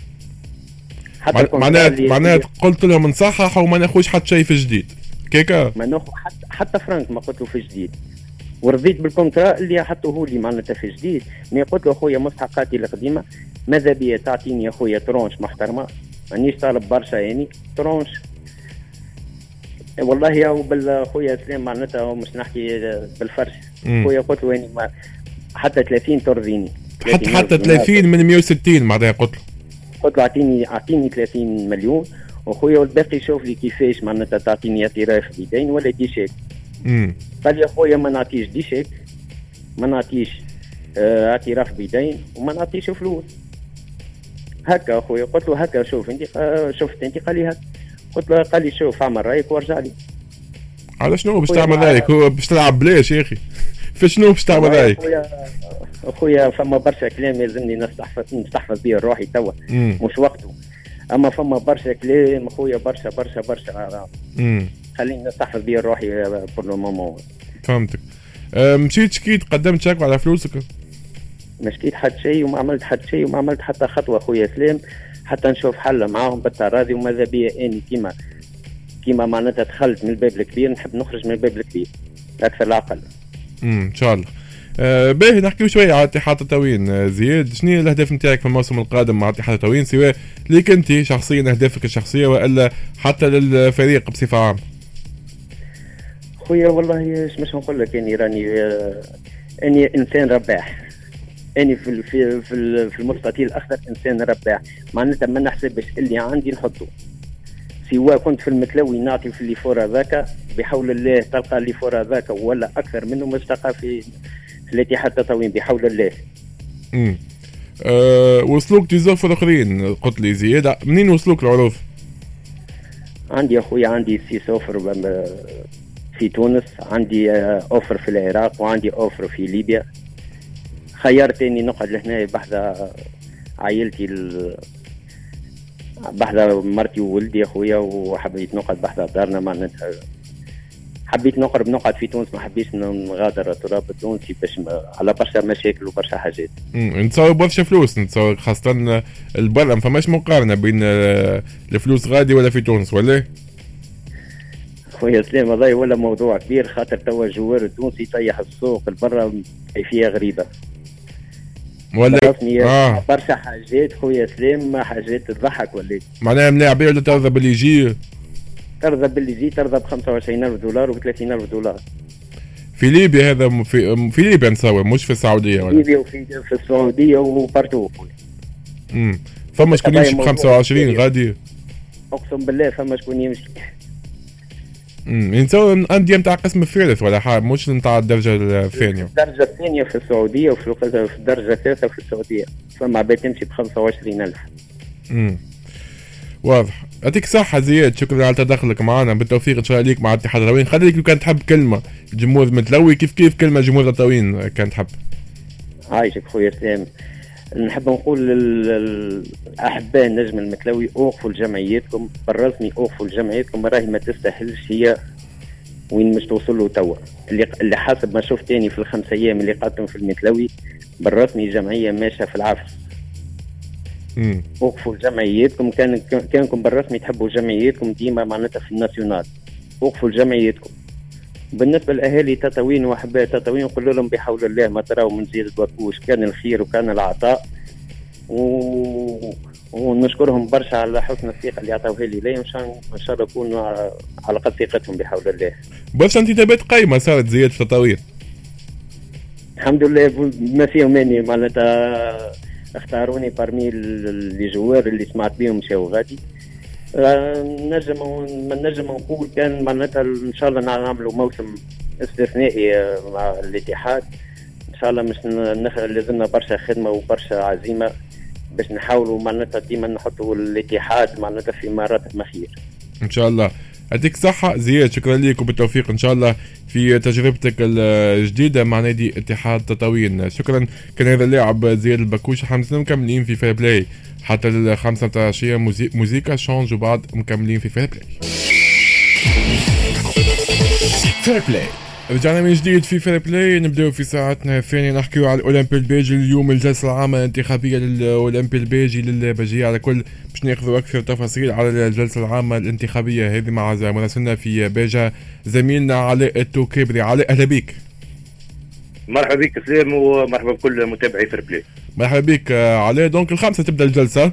Speaker 1: معناها قلت لهم نصحح وما ناخذش حتى شيء في جديد كيكا
Speaker 4: ما ناخذ حتى فرانك ما قلت له في جديد. ورضيت بالكونترا اللي حطوه لي معناتها في جديد. مي قلت له خويا مستحقاتي القديمه ماذا بيا تعطيني يا خويا ترونش محترمه مانيش طالب برشا يعني ترونش. والله يا بالخويا سلام معناتها مش نحكي بالفرش. خويا قلت له يعني حتى 30 ترضيني.
Speaker 1: حتى 30 من 160 معناها قلت
Speaker 4: له اعطيني 30 مليون وخويا والباقي شوف لي كيفاش معناتها تعطيني اعتراف بدين ولا ديشيك. قال لي يا خويا ما نعطيش ديشيك ما نعطيش اعتراف بدين وما نعطيش فلوس. هكا اخويا قلت له هكا شوف انت شفت انت قال لي هكا. قلت له قال لي شوف اعمل رايك وارجع لي.
Speaker 1: على شنو باش تعمل رايك؟ هو باش تلعب بلاش يا اخي في شنو باش تعمل رايك؟
Speaker 4: اخويا فما برشا كلام لازمني نستحفظ به روحي توا مش وقته. اما فما برشا كلام اخويا برشا برشا برشا خليني نستحفظ به روحي بور لو مومون.
Speaker 1: فهمتك. مشيت شكيت قدمت شكوى على فلوسك؟
Speaker 4: ما شكيت حتى شيء وما عملت حتى شيء وما عملت حتى خطوه اخويا سلام حتى نشوف حل معاهم بالتراضي. وماذا بيا اني كيما معناتها دخلت من الباب الكبير نحب نخرج من الباب الكبير اكثر لا اقل.
Speaker 1: ان شاء الله. باهي نحكيو شويه على اتحاد تطاوين. زياد، شنو هي الاهداف نتاعك في الموسم القادم مع اتحاد تطاوين، سواء ليك انت شخصيا اهدافك الشخصيه والا حتى للفريق بصفه عامه؟
Speaker 4: خويا والله اش باش نقول لك، اني انسان رباح، اني في المستطيل الاخضر انسان رباح، معناتها ما نحسبش اللي عندي نحطه، سواء كنت في المتلوي نعطي في الليفور هذاك بحول الله تلقى الليفور هذاك ولا اكثر منه مش تلقى في الاتحاد التطاوين بحول الله.
Speaker 1: وصلوك تزوفر اخرين قلت لي زياد، منين وصلوك العروض؟
Speaker 4: عندي اخويا عندي 6 اوفر في تونس، عندي اوفر في العراق، وعندي اوفر في ليبيا. خيرت اني نقعد لهنا بحذا عائلتي بحذا مرتي وولدي اخويا، وحبيت نقعد بحذا دارنا، معناتها حبيت نقعد في تونس، ما حبيتش نغادر التراب التونسي باش على برشا مشاكل وبرشا حاجات.
Speaker 1: نتصور برشا فلوس، نتصور خاصة البرا ما فماش مقارنة بين الفلوس غادي ولا في تونس ولا؟
Speaker 4: خويا سلام هذا ولا موضوع كبير، خاطر توا الجوار التونسي يطيح السوق البرا كيفية غريبة
Speaker 1: ولا
Speaker 4: برشا حاجات خويا سلام، حاجات تضحك ولا
Speaker 1: معناها ملاعب ولا ترضى باللي يجي؟
Speaker 4: ترضى باللي يجي، ترضى ب 25,000 دولار و 30,000 دولار.
Speaker 1: في ليبيا هذا في ليبيا نتصور، مش في السعودية ولا؟
Speaker 4: ليبيا وفي السعودية وبارتو خويا.
Speaker 1: فما شكون يمشي ب 25 غادي؟
Speaker 4: اقسم بالله فما شكون يمشي.
Speaker 1: نتصور الأندية نتاع القسم الثالث ولا حاجة، مش نتاع الدرجة الثانية.
Speaker 4: الدرجة الثانية في السعودية وفي الدرجة الثالثة في السعودية، فما عباد تمشي ب 25,000.
Speaker 1: واضح. يعطيك صحة زياد، شكرا على تدخلك معنا، بالتوفيق ان شاء الله ليك مع اتحاد تطاوين. خليك لو كان تحب كلمة الجمهور المتلوي، كيف كلمة جمهور تطاوين كان تحب؟
Speaker 4: عايشك خويا سلام. نحب نقول للأحباء النجم المتلوي اوقفوا لجمعيتكم بالرسمي، اوقفوا لجمعيتكم، راهي ما تستاهلش هي وين مش توصلوا توا. اللي حسب ما شفت تاني في ال5 أيام اللي قعدتهم في المتلوي بالرسمي الجمعية ماشية في العفس. وقفوا لجمعيتكم، كانكم بالرسمي تحبوا جمعيتكم ديما معناتها في الناسيونال، وقفوا لجمعيتكم. بالنسبه لاهالي تطاوين واحباء تطاوين نقول لهم بحول الله ما تراو من زيادة وكوش، كان الخير وكان العطاء، ونشكرهم برشا على حسن الثقه اللي عطاوها لي لي، ان شاء الله نكونوا على قد ثقتهم بحول الله.
Speaker 1: برشا انتدابات قايمه صارت زياد في تطاوين
Speaker 4: الحمد لله، ما فيهم اني معناتها اختاروني برمي اللي جوار اللي سمعت بيهم مشاو غادي. نجم نقول كان معناتها ان شاء الله نعملوا موسم استثنائي مع الاتحاد ان شاء الله. مش لازمنا برشا خدمه وبرشا عزيمه باش نحاولوا معناتها ديما نحطوا الاتحاد معناتها في مراتب خير
Speaker 1: ان شاء الله. يعطيك صحة زياد، شكرا لك وبالتوفيق ان شاء الله في تجربتك الجديدة مع نادي اتحاد تطاوين. شكرا. كان هذا اللاعب زياد البكوش. حمزة مكملين في فير بلاي حتى 5 متاع العشية، موزيكا شونج وبعد مكملين في فير بلاي.
Speaker 2: فير بلاي
Speaker 1: رجعنا من جديد في فير بلاي، نبداو في ساعتنا الثانية نحكيو على الأولمبي البيجي. اليوم الجلسة العامة الانتخابية للأولمبي البيجي للبجية على كل، باش ناخذوا أكثر تفاصيل على الجلسة العامة الانتخابية هذه مع مراسلنا في بيجا زميلنا علاء التوكيبري. علاء أهلا بيك.
Speaker 5: مرحبا بك سلام، ومرحبا بكل متابعي فير بلاي.
Speaker 1: مرحبا بك علاء. دونك 5 تبدأ الجلسة.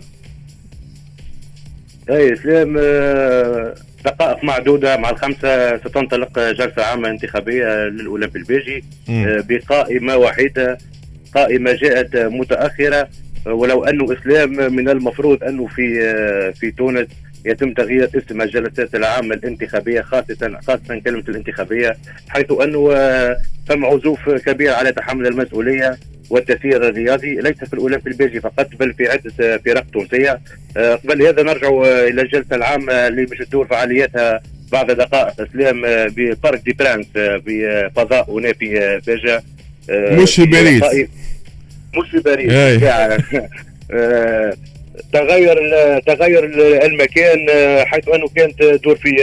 Speaker 5: اي سلام، دقائق معدودة مع 5 ستنطلق جلسة عامة انتخابية للأولمبي البيجي بقائمة واحدة، قائمة جاءت متأخرة، ولو أنه إسلام من المفروض أنه في تونس يتم تغيير اسم الجلسات العامة الانتخابية، خاصة كلمة الانتخابية، حيث أنه تم عزوف كبير على تحمل المسؤولية والتسيير الرياضي ليس في الأولمبي البيجي فقط بل في عدة فرق تونسية. قبل هذا نرجع إلى الجلسة العامة اللي باش تدور فعالياتها بعد دقائق اسلام ببارك دي برانس بفضاء هنا في بيجا،
Speaker 1: مش في باريس،
Speaker 5: مش في باريس. تغير المكان حيث انه كانت تدور في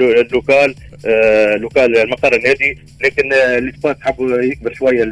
Speaker 5: لوكال المقر النادي، لكن الاسباس حبوا يكبر شويه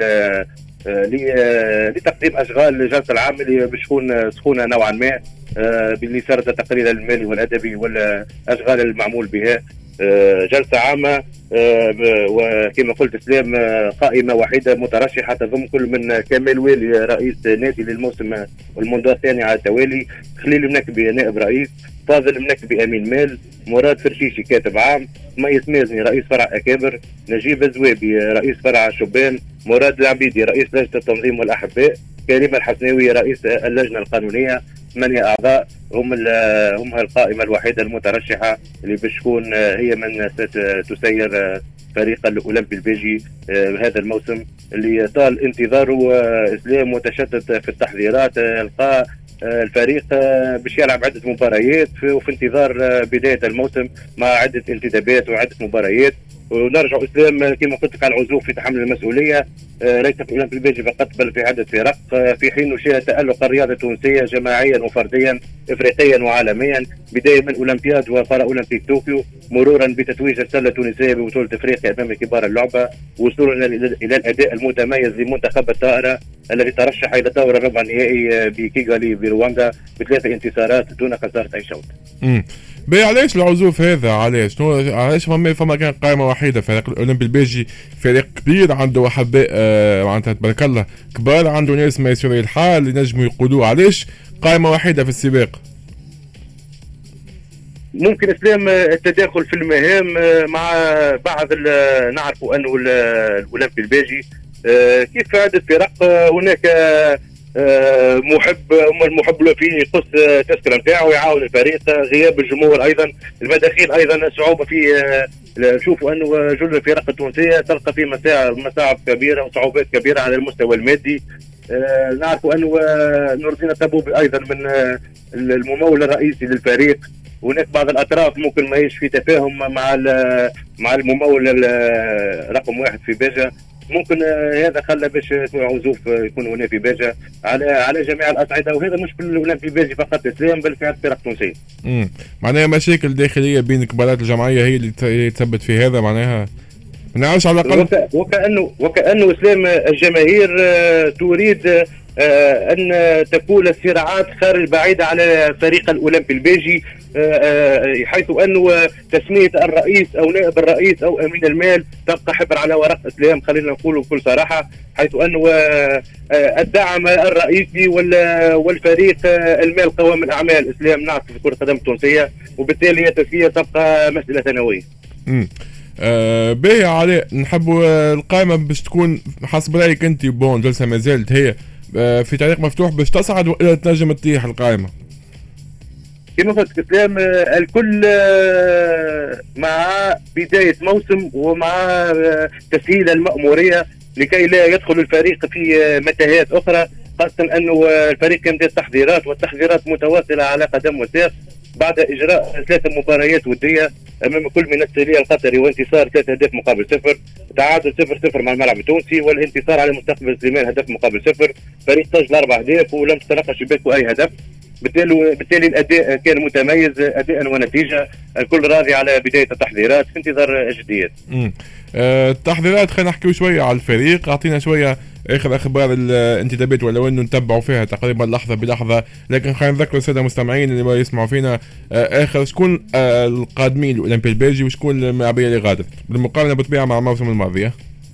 Speaker 5: لتقديم اشغال الجلسه العامه اللي بتكون سخونه نوعا ما، باللي سرد التقرير المالي والادبي والاشغال المعمول بها. جلسه عامه وكما قلت سلام قائمه واحده مترشحه تضم كل من كمال والي رئيس نادي للموسم والمنذ الثاني على التوالي، خليل المنكبي نائب رئيس، فاضل المنكبي امين مال، مراد فرشيشي كاتب عام، ميس مازني رئيس فرع اكابر، نجيب الزوابي رئيس فرع شبان، مراد العبيدي رئيس لجنه التنظيم والاحباء، كريم الحسناوي رئيس اللجنه القانونيه. 8 اعضاء هم القائمه الوحيده المترشحه اللي باش تكون هي من ستسير فريق الاولمبي البيجي هذا الموسم اللي طال انتظاره. اسلام متشدد في التحضيرات، القى الفريق باش يلعب عده مباريات وفي انتظار بدايه الموسم مع عده انتدابات وعده مباريات. ونرجع اسلام كما قلت لك على العزوف في تحمل المسؤوليه، ليس في الاولمبي البيجي فقط بل في عده فرق، في حين نشاهد تالق الرياضه التونسيه جماعيا وفرديا افريقيا وعالميا، بدايه من اولمبياد وبارا اولمبيك طوكيو، مرورا بتتويج السله التونسيه ببطوله افريقيا امام كبار اللعبه، وصولا الى الاداء المتميز لمنتخب الطائره الذي ترشح الى دور الربع النهائي بكيغالي برواندا ب3 انتصارات دون خساره اي شوط.
Speaker 1: علاش العزوف هذا؟ علاش فما كان قائمه واحده؟ فريق الاولمبي البيجي فريق كبير عنده احباء معناتها تبارك الله كبار، عنده ناس ما يسيروا الحال اللي نجموا يقولوا. علاش قائمه واحده في السباق؟
Speaker 5: ممكن اسلام التداخل في المهام مع بعض نعرفوا انه الاولمبي البيجي كيف عدة فرق هناك المحب في قص تذكره نتاعو يعاون الفريق، غياب الجمهور ايضا، المداخيل ايضا صعوبه في نشوفوا انه جل الفرق التونسيه تلقى في مصاعب كبيره وصعوبات كبيره على المستوى المادي. نعرفوا انه نور الدين الطبوبي ايضا من الممول الرئيسي للفريق، هناك بعض الاطراف ممكن ما يش في تفاهم مع الممول رقم 1 في باجة، ممكن هذا خلى باش عزوف يكون هنا في باجة على جميع الاصعده، وهذا مش في الاولمبي البيجي فقط اسلام بل في عدة فرق تونسيه.
Speaker 1: معناها مشاكل داخليه بين كبارات الجمعيه هي اللي تثبت في هذا، معناها ما نعرفش على الاقل
Speaker 5: وكانه اسلام الجماهير تريد ان تكون الصراعات خارج بعيده على فريق الاولمبي البيجي، حيث انه تسميه الرئيس او نائب الرئيس او امين المال تبقى حبر على ورق اسلام، خلينا نقول بكل صراحه، حيث انه الدعم الرئيسي والفريق المال قوام الاعمال اسلام نعرف في كره القدم التونسيه، وبالتالي التسويه تبقى مساله ثانويه.
Speaker 1: باهي علاء، نحبوا القائمه باش تكون حسب رايك انت جلسه ما زالت هي في طريق مفتوح باش تصعد ولا تنجم تطيح القائمه؟
Speaker 5: كما قلت اسلام الكل مع بدايه موسم ومع تسهيل المأموريه لكي لا يدخل الفريق في متاهات اخرى، خاصه انه الفريق كان بدأ التحضيرات والتحضيرات متواصله على قدم وساق بعد اجراء 3 مباريات وديه امام كل من السوري القطري وانتصار 3 أهداف مقابل 0، تعادل 0-0 مع الملعب التونسي، والانتصار على مستقبل سليمان هدف مقابل 0، فريق سجل 4 أهداف ولم تتلقى شباكه اي هدف، بالتالي الاداء كان متميز اداء ونتيجه، الكل راضي على بدايه التحضيرات في انتظار الجديات.
Speaker 1: التحضيرات خلينا نحكيو شويه على الفريق، اعطينا شويه اخر اخبار الانتدابات ولو انه نتبعوا فيها تقريبا لحظه بلحظه، لكن خلينا نذكر الساده المستمعين اللي ما يسمعوا فينا اخر شكون القادمين الاولمبي البيجي وشكون اللاعبيه اللي غادرت بالمقارنه بالطبيعه مع الموسم الماضي.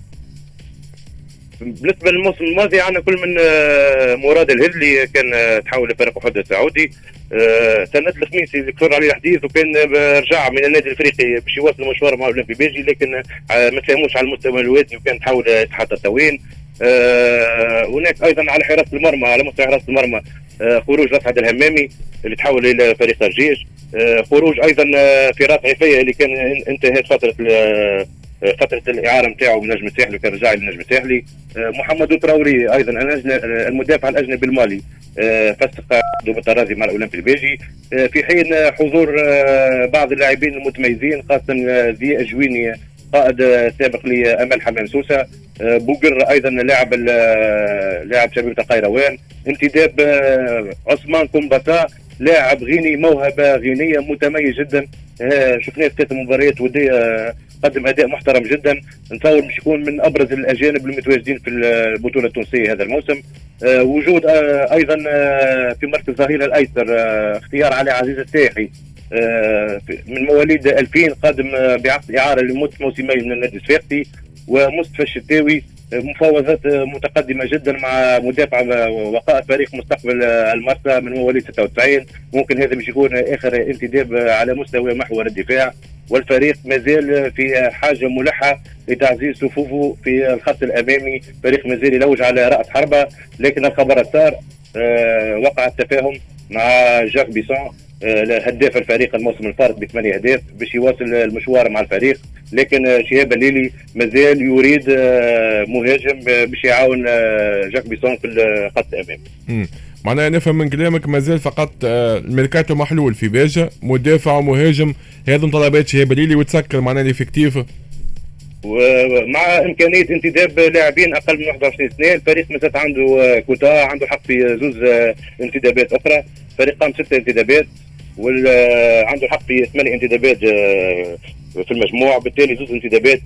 Speaker 5: بالنسبه للموسم الماضي عندنا كل من مراد الهذلي كان تحول لفريق وحده السعودي، سند الخميسي اللي كثر عليه الحديث وكان رجع من النادي الافريقي باش يواصل مشواره مع الاولمبي بيجي، لكن ما تفهموش على المستوى الوادي وكان تحول اتحاد التطوين. هناك ايضا على حراسه المرمى، على مستوى حراسه المرمى خروج رفعت الهمامي اللي تحول الى فريق الجيش، خروج ايضا فراس عفيه اللي كان انتهت فتره الاعاره نتاعو من النجم الساحلي وكان رجع للنجم الساحلي، محمد تراوري ايضا المدافع الاجنبي المالي فسق عقده بالتراضي مع الاولمبي البيجي، في حين حضور بعض اللاعبين المتميزين خاصه ضياء جويني قائد سابق لامل حمام سوسه، بوقر ايضا لاعب شبيبه القيروان، انتداب عثمان كومباتا لاعب غيني موهبه غينيه متميز جدا، شفناه في 3 مباريات وديه قدم اداء محترم جدا، نتصور باش يكون من ابرز الاجانب المتواجدين في البطوله التونسيه هذا الموسم. وجود ايضا في مركز الظهير الايسر اختيار علي عزيز الساحي من مواليد 2000 قادم بعقد اعاره لمده موسمين من النادي الصفاقسي. ومصطفى الشتاوي مفاوضات متقدمه جدا مع مدافع وقائد فريق مستقبل المرسى من مواليد 96. ممكن هذا باش يكون اخر انتداب على مستوى محور الدفاع، والفريق مازال في حاجه ملحه لتعزيز صفوفه في الخط الامامي. فريق مازال يلوج على راس حربه، لكن الخبر صار وقع التفاهم مع جاك بيسون هداف الفريق الموسم الفارط ب8 أهداف باش يواصل المشوار مع الفريق. لكن شهاب الليلي مازال يريد مهاجم باش يعاون جاك بيسون في الخط الامامي.
Speaker 1: معناها نفهم من كلامك مازال فقط الميركاتو محلول في باجة، مدافع ومهاجم، هذم طلبات شهاب الليلي وتسكر معناها الافكتيف،
Speaker 5: ومع امكانيه انتداب لاعبين اقل من 21 سنه. الفريق مازال عنده كوتا، عنده حق في زوز انتدابات اخرى. الفريق قام 6 انتدابات وعنده حق في 8 انتدابات في المجموع، بالتالي زوز انتدابات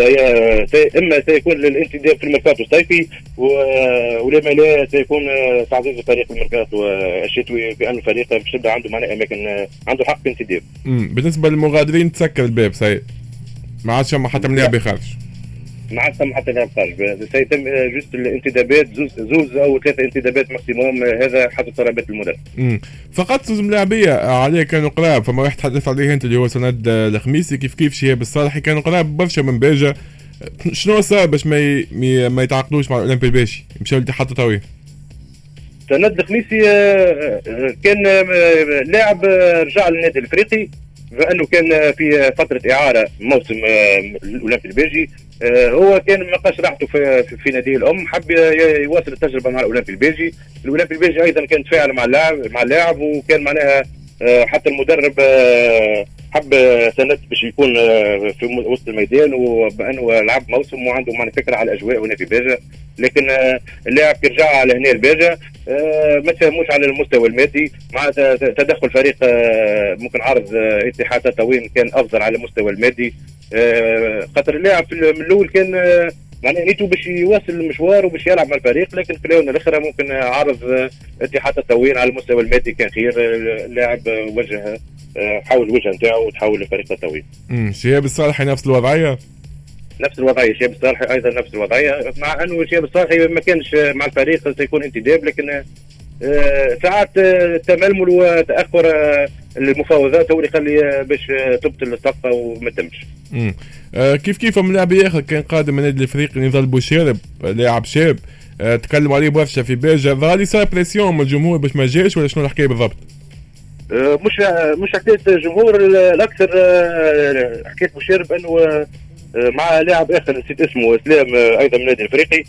Speaker 5: اما سيكون الانتداب في الميركاتو الصيفي ولما لا سيكون تعزيز الفريق الميركاتو الشتوي، بان الفريق بشده عنده معناها اماكن عنده حق في انتداب.
Speaker 1: بالنسبه للمغادرين تسكر الباب سيء، ما عادش حتى ملاعب خارج،
Speaker 5: ما عادش حتى لاعب خارج، سيتم جست الانتدابات زوز او 3 انتدابات ماكسيموم، هذا حسب طلبات المدرب.
Speaker 1: فقط زوز ملاعبيه عليه كانوا قراب، فما واحد تحدث عليه انت اللي هو سند الخميسي، كيف شهاب الصالحي كانوا قراب برشا من باجة. شنو صار باش ما يتعاقدوش مع الاولمبي الباشي مشاو لاتحاد التطوير؟
Speaker 5: سند الخميسي كان لاعب رجع للنادي الافريقي، فانه كان في فتره اعاره موسم الاولمبي البلجي. هو كان ما لقاش راحته في ناديه الام، حب يواصل التجربه مع الاولمبي البلجي. الاولمبي البلجي ايضا كان تفاعل مع اللاعب وكان معناها حتى المدرب حب سند باش يكون في وسط الميدان، وبانه لعب موسم وعنده معنى فكره على الاجواء هنا في باجة. لكن اللاعب كي رجع على هنا الباجة ما تفهموش على المستوى المادي، مع تدخل فريق ممكن عرض اتحاد تطوين كان افضل على المستوى المادي. خاطر اللاعب من الاول كان معناها نيته باش يواصل المشوار وباش يلعب مع الفريق، لكن في الاونه الاخرى ممكن عرض اتحاد التطوين على المستوى المادي كان خير. اللاعب وجه حول الوجهه نتاعو وتحول لفريق التطوين.
Speaker 1: شهاب الصالحي نفس الوضعيه؟
Speaker 5: نفس الوضعيه، شهاب الصالحي ايضا نفس الوضعيه، مع انه شهاب الصالحي ما كانش مع الفريق سيكون انتداب، لكن ساعات تململ وتاخر المفاوضات هو اللي يخلي باش تبطل الصفقه وما تمش.
Speaker 1: كيف من لاعب اخر كان قادم من النادي الافريقي نضال بوشيرب، لاعب شاب تكلموا عليه برشا في باجة، ظهر صار بريسيون من الجمهور باش ما جاش ولا شنو الحكايه بالضبط؟
Speaker 5: مش حكايه الجمهور، الاكثر حكايه بوشيرب انه مع لاعب اخر نسيت اسمه اسلام ايضا من النادي الافريقي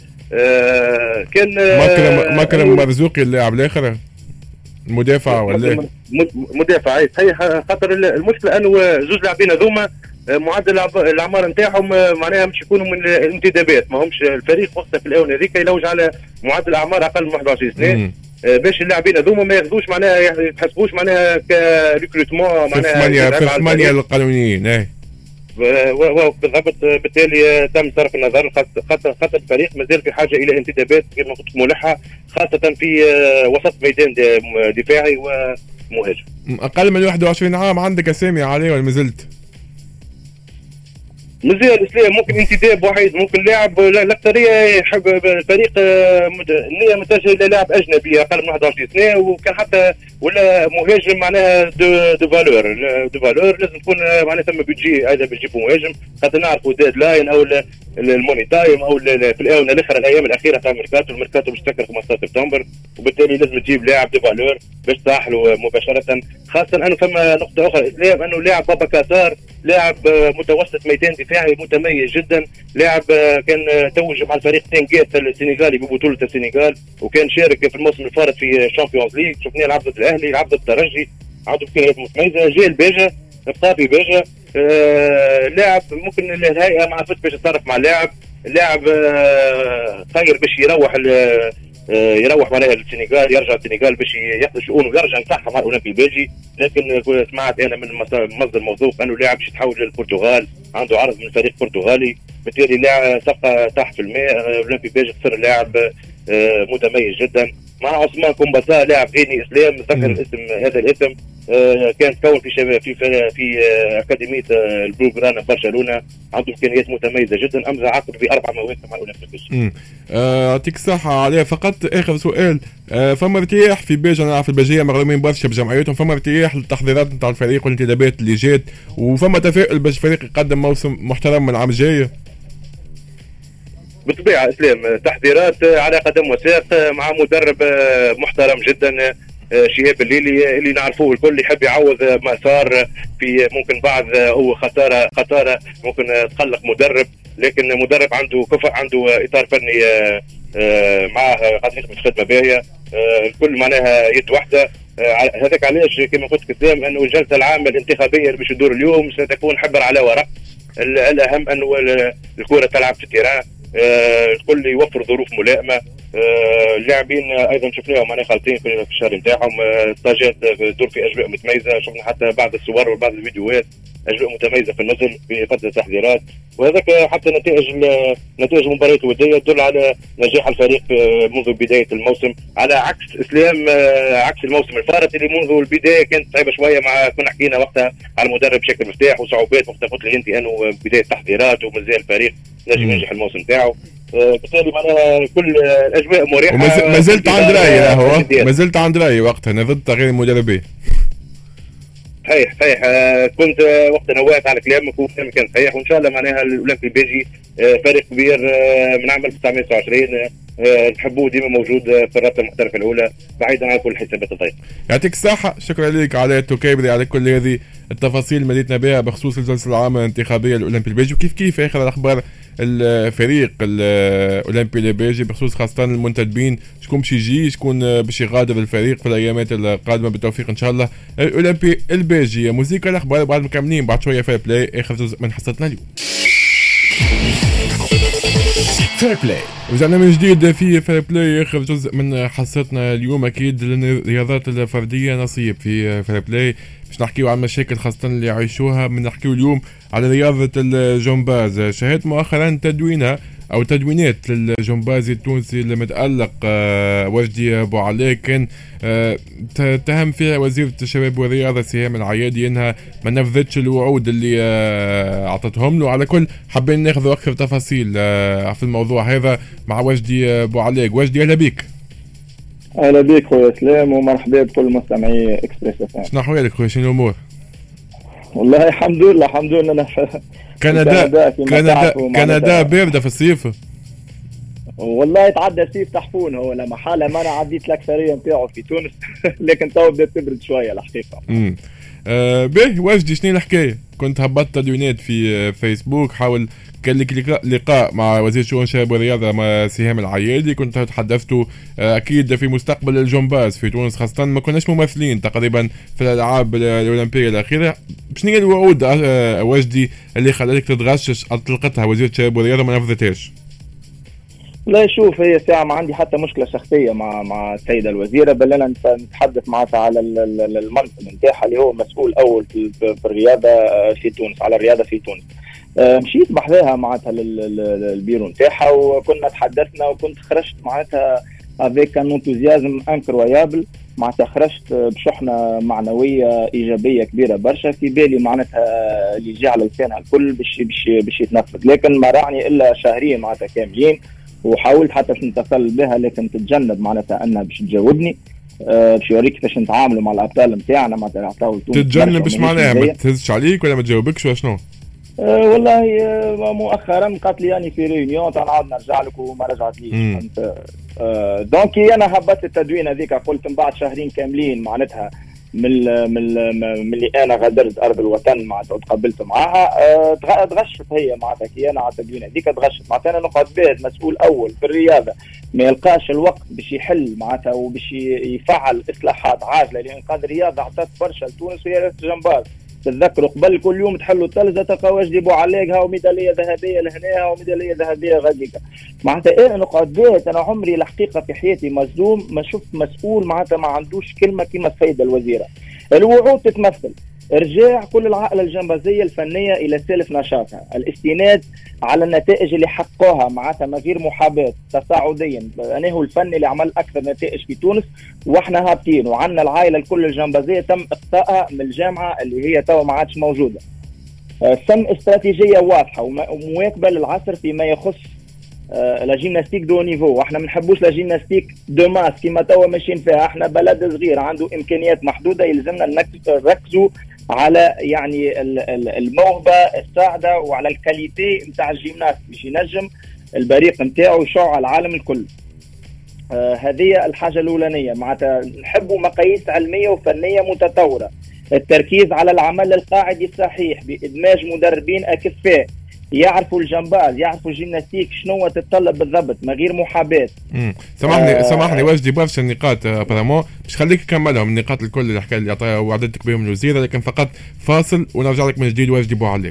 Speaker 5: كان
Speaker 1: مكرم مرزوقي اللاعب الاخر المدافع ولا
Speaker 5: مدافع اي صحيح. خاطر المشكله انه زوج لاعبين هذوما معدل الاعمار نتاعهم معناها مش يكونوا من الانتدابات، ما همش الفريق وقتها في الاونه هذيك يلوج على معدل اعمار اقل من 21 سنه باش اللاعبين هذوما ما ياخذوش معناها يتحسبوش معناها كريكروتمون معناها
Speaker 1: في 8 القانونيين.
Speaker 5: بالضبط، بالتالي تم صرف النظر خاطر الفريق مازال في حاجه الى انتدابات كما قلت ملحه، خاصه في وسط ميدان دفاعي ومهاجم.
Speaker 1: اقل من 21 عام عندك اسامي عليه ولا مازلت؟
Speaker 5: مازال اسلام ممكن انتداب وحيد، ممكن لاعب الاكثريه يحب الفريق النيه متجهه الى لاعب اجنبي اقل من 21 سنه، وكان حتى ولا مهاجم معناها دو فالور لازم تكون معناها ثم بيجي ايضا بيجيبوا مهاجم، خاطر نعرفوا ديد لاين او الموني تايم او في الاونه الاخرى الايام الاخيره تاع الميركاتو باش تسكر 15 سبتمبر، وبالتالي لازم تجيب لاعب دو فالور باش تاهلوا مباشره، خاصه انه ثم نقطه اخرى اسلام انه لاعب بابا كاتار لاعب متوسط ميدان دفاعي متميز جدا، لاعب كان توج مع الفريق تنجات السنغالي ببطوله السنغال، وكان شارك في الموسم الفارط في الشامبيونز ليج، شفناه لعب ضد الاهلي لعب ضد الترجي، عنده امكانيات متميزه، جاء الباجة بقى في باجة. لاعب ممكن الهيئه ما عرفتش باش تتصرف مع اللاعب خير باش يروح معناها للسنغال، يرجع السنغال باش ياخذ شؤونه ويرجع يصحح مع الاولمبي البلجي، لكن سمعت انا من مصدر موثوق انه لاعب باش يتحول للبرتغال، عنده عرض من فريق برتغالي، بالتالي لاعب صفقه تحت في الماء. الاولمبي البلجي خسر لاعب متميز جدا، مع عثمان كومباسا لاعب غيني اسلام، ذكر الاسم هذا الاسم. كان تكون في شباب في اكاديميه البلوغرانا برشلونه، عنده امكانيات متميزه جدا، امضى عقد ب4 مواسم مع الاولمبيك.
Speaker 1: يعطيك الصحه عليه. فقط اخر سؤال، فما ارتياح في بيجا؟ انا عارف الباجيه مغرومين برشا بجمعيتهم، فما ارتياح للتحضيرات نتاع الفريق والانتدابات اللي جات، وفما تفاؤل باش الفريق يقدم موسم محترم من العام الجاي؟
Speaker 5: بالطبيعه اسلام، تحضيرات على قدم وساق مع مدرب محترم جدا شهاب الليلي اللي نعرفوه الكل، يحب يعوض ما صار في ممكن بعض هو خساره ممكن تقلق مدرب، لكن مدرب عنده كفء، عنده اطار فني معاه قد يخدم خدمه باهيه، الكل معناها يد واحده. هذاك علاش كما قلت كلام انه الجلسه العامه الانتخابيه اللي باش تدور اليوم ستكون حبر على ورق. الاهم انه الكره تلعب في التيران، الكل يوفر ظروف ملائمه. اللاعبين ايضا شفناهم معناها خالطين في الشهر نتاعهم، الطاجات تدور في اجواء متميزه، شفنا حتى بعض الصور وبعض الفيديوهات اجواء متميزه في النزل في فتره التحضيرات، وهذاك حتى نتائج المباريات الوديه تدل على نجاح الفريق منذ بدايه الموسم، على عكس اسلام عكس الموسم الفارط اللي منذ البدايه كانت صعبه شويه. مع كنا حكينا وقتها على المدرب بشكل مفتاح وصعوبات وقتها قلت لي انت انه بدايه تحضيرات ومازال الفريق نجم ينجح الموسم نتاعو، بالتالي معناها كل الاجواء مريحه.
Speaker 1: ما زلت عند رايي ما زلت عند رايي وقتها انا ضد تغيير المدربين.
Speaker 5: صحيح كنت وقت نوهت على كلامك وكلامك كان صحيح، وان شاء الله معناها الاولمبي البيجي فريق كبير من عام 1929 نحبوه ديما موجود في الرابطه المحترفه الاولى بعيدا عن كل الحسابات الضيقه.
Speaker 1: يعطيك الصحه، شكرا لك على التكيبري على كل هذه التفاصيل اللي مديتنا بها بخصوص الجلسه العامه الانتخابيه الاولمبي البيجي، وكيف اخر الاخبار الفريق الاولمبي البيجي بخصوص خاصه المنتدبين، شكون باش يجي، شكون باش يغادر الفريق في الايامات القادمه بالتوفيق ان شاء الله. الاولمبي البيجي موسيقى الاخبار بعد مكملين بعد شويه فير بلاي اخر جزء من حصتنا اليوم.
Speaker 2: فير بلاي
Speaker 1: رجعنا من جديد في فير بلاي اخر جزء من حصتنا اليوم. اكيد لان الرياضات الفرديه نصيب في فير بلاي، باش نحكيو عن مشاكل خاصه اللي يعيشوها. من نحكيو اليوم على رياضه الجمباز. شاهدت مؤخرا تدوينات للجمبازي التونسي المتألق وجدي ابو علي، كان اتهم فيها وزيرة الشباب والرياضة سهام العيادي انها ما نفذتش الوعود اللي اعطتهم له. على كل حابين ناخذ اكثر تفاصيل في الموضوع هذا مع وجدي ابو علي. وجدي اهلا بك.
Speaker 6: اهلا بك خويا اسلام ومرحبا بكل مستمعي اكسبريس اف ام.
Speaker 1: شنو احوالك خويا، شنو الامور؟
Speaker 6: والله الحمد لله انا
Speaker 1: كندا باردة في الصيف.
Speaker 6: والله يتعدى الصيف تحفون، هو لا محالة ما انا عديت الاكثريه نتاعو في تونس لكن تو بدات تبرد شويه الحقيقه.
Speaker 1: باهي وجدي شنو الحكايه؟ كنت هبطت تدوينات في فيسبوك، حاول كان لك لقاء مع وزير شؤون الشباب والرياضه مع سهام العيادي، كنت تحدثتوا اكيد في مستقبل الجمباز في تونس، خاصه ما كناش ممثلين تقريبا في الالعاب الاولمبيه الاخيره. شنو هي الوعود وجدي اللي خلاتك تتغشش اطلقتها وزير الشباب والرياضه ما نفذتهاش؟
Speaker 6: لا شوف، هي ساعة ما عندي حتى مشكلة شخصية مع السيدة الوزيرة، بل أنا نتحدث معها على المنصب نتاعها اللي هو مسؤول أول في الرياضة في تونس، على الرياضة في تونس. مشيت بحذاها معناتها للبيرو نتاعها وكنا تحدثنا، وكنت خرجت معناتها افيك ان انتوزيازم انكرويابل، معناتها خرجت بشحنة معنوية إيجابية كبيرة برشا، في بالي معناتها اللي جاء على لسانها الكل باش يتنفذ، لكن ما رعني إلا شهرين معناتها كاملين، وحاولت حتى باش نتصل بها لكن تتجنب معناتها انها باش تجاوبني، باش يوريك كيفاش نتعاملوا مع الابطال نتاعنا معناتها نعطيو
Speaker 1: تتجنب باش معناها ما تهزش عليك ولا ما تجاوبكش ولا شنو؟
Speaker 6: والله مؤخرا قالت لي يعني في ريونيون نعاود نرجع لك وما رجعتليش. دونك انا هبطت التدوين هذيك، قلت من بعد شهرين كاملين معناتها من اللي انا غادرت ارض الوطن معناتها وتقابلت معاها، تغشت هي معناتها كي انا على التدوين هذيك تغشت معناتها. انا نقعد بيت مسؤول اول في الرياضه ما يلقاش الوقت باش يحل معناتها وباش يفعل اصلاحات عاجله لانقاذ الرياضه عطات برشا لتونس، وهي رياضه الجمباز. تتذكروا قبل كل يوم تحلوا التلفزه تلقى واش يجيبوا عليها وميداليه ذهبيه لهنا وميداليه ذهبيه غاديكا. معناتها انا نقعد بيت، انا عمري الحقيقه في حياتي مصدوم ما شفت مسؤول معناتها ما عندوش كلمه كيما السيده الوزيره. الوعود تتمثل، ارجاع كل العائله الجمبازيه الفنيه الى سالف نشاطها، الاستناد على النتائج اللي حققوها معناتها من غير محاباه تصاعديا. انا هو الفن اللي عمل اكثر نتائج في تونس واحنا هابطين، وعندنا العائله الكل الجمبازيه تم اقصائها من الجامعه اللي هي توا ما عادش موجوده. سن استراتيجيه واضحه ومواكبه للعصر فيما يخص لا جيمناستيك دو نيفو. واحنا ما نحبوش لا جيمناستيك دو ماس كيما توا ماشيين فيها. احنا بلد صغير عنده امكانيات محدوده، يلزمنا نركزوا على يعني الموهبه الصاعده وعلى الكاليتي نتاع الجيمناست باش ينجم البريق نتاعو يشع على العالم الكل. هذه الحاجه الاولانيه. معناتها نحبوا مقاييس علميه وفنيه متطوره، التركيز على العمل القاعدي الصحيح بادماج مدربين اكفاء يعرفوا الجمباز، يعرفوا الجيمناستيك شنو تتطلب بالضبط من غير محاباه.
Speaker 1: سامحني واجدي برشا النقاط برامون باش خليك تكملهم النقاط الكل اللي حكى اللي عطاها وعدتك بهم الوزيره، لكن فقط فاصل ونرجع لك من جديد واجدي بوعليك.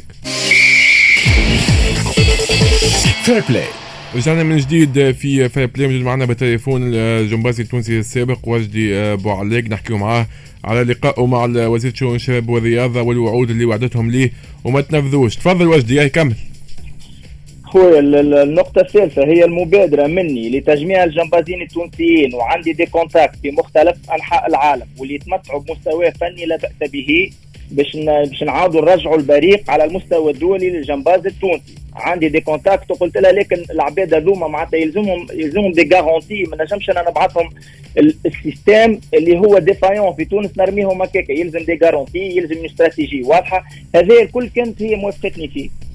Speaker 2: فير بلاي.
Speaker 1: رجعنا من جديد في فير بلاي. موجود معنا بالتليفون الجمبازي التونسي السابق واجدي بوعليك، نحكيو معاه على لقائه مع وزير شؤون الشباب والرياضه والوعود اللي وعدتهم ليه وما تنفذوش. تفضل واجدي، ياي كمل.
Speaker 6: خويا النقطة الثالثة هي المبادرة مني لتجميع الجمبازين التونسيين، وعندي دي كونتاكت في مختلف أنحاء العالم واللي يتمتعوا بمستوى فني لا بأس به باش نعاودوا نرجعوا البريق على المستوى الدولي للجمباز التونسي. عندي دي كونتاكت وقلت لها لكن العباد هذوما معناتها يلزمهم دي غارونتي، ما نجمش انا نبعثهم السيستم اللي هو ديفايون في تونس نرميهم هكاك، يلزم دي غارونتي، يلزم استراتيجي واضحه. هذا الكل كانت هي موافقتني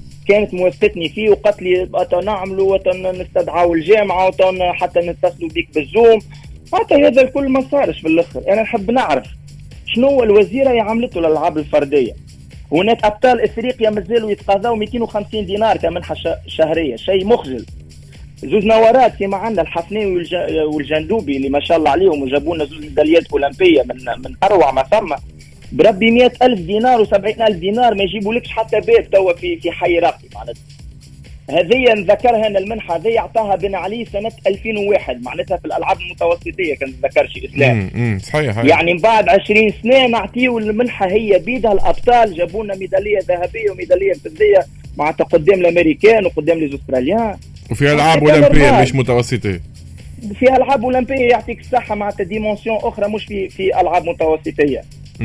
Speaker 6: فيه، وقالت لي نعملوا نستدعوا الجامعه حتى نتصلوا بك بالزوم. حتى هذا الكل ما صارش في الاخر. انا نحب نعرف شنو الوزيره عملته للالعاب الفرديه. هناك ابطال افريقيا مازالوا يتقاضوا 250 دينار كمنحه شهريه، شيء مخجل. زوز نوارات كما عندنا الحفناوي والجندوبي اللي ما شاء الله عليهم وجابوا لنا زوز ميداليات اولمبيه من اروع ما ثم، بربي 100,000 دينار و70,000 دينار ما يجيبولكش حتى باب توا في حي راقي. معناتها هذه نذكرها ان المنحه هذه اعطاها بن علي سنه 2001 معناتها في الالعاب المتوسطيه، كان نذكر شيء اسلام.
Speaker 1: صحيح.
Speaker 6: يعني من بعد 20 سنه نعطيو المنحه هي بيدها. الابطال جابوا لنا ميداليه ذهبيه وميداليه فضيه معناتها قدام الامريكان وقدام الاستراليان،
Speaker 1: وفيها العاب اولمبيه مش متوسطه،
Speaker 6: فيها العاب اولمبيه. يعطيك الصحه معناتها ديمونسيون اخرى مش في العاب متوسطيه.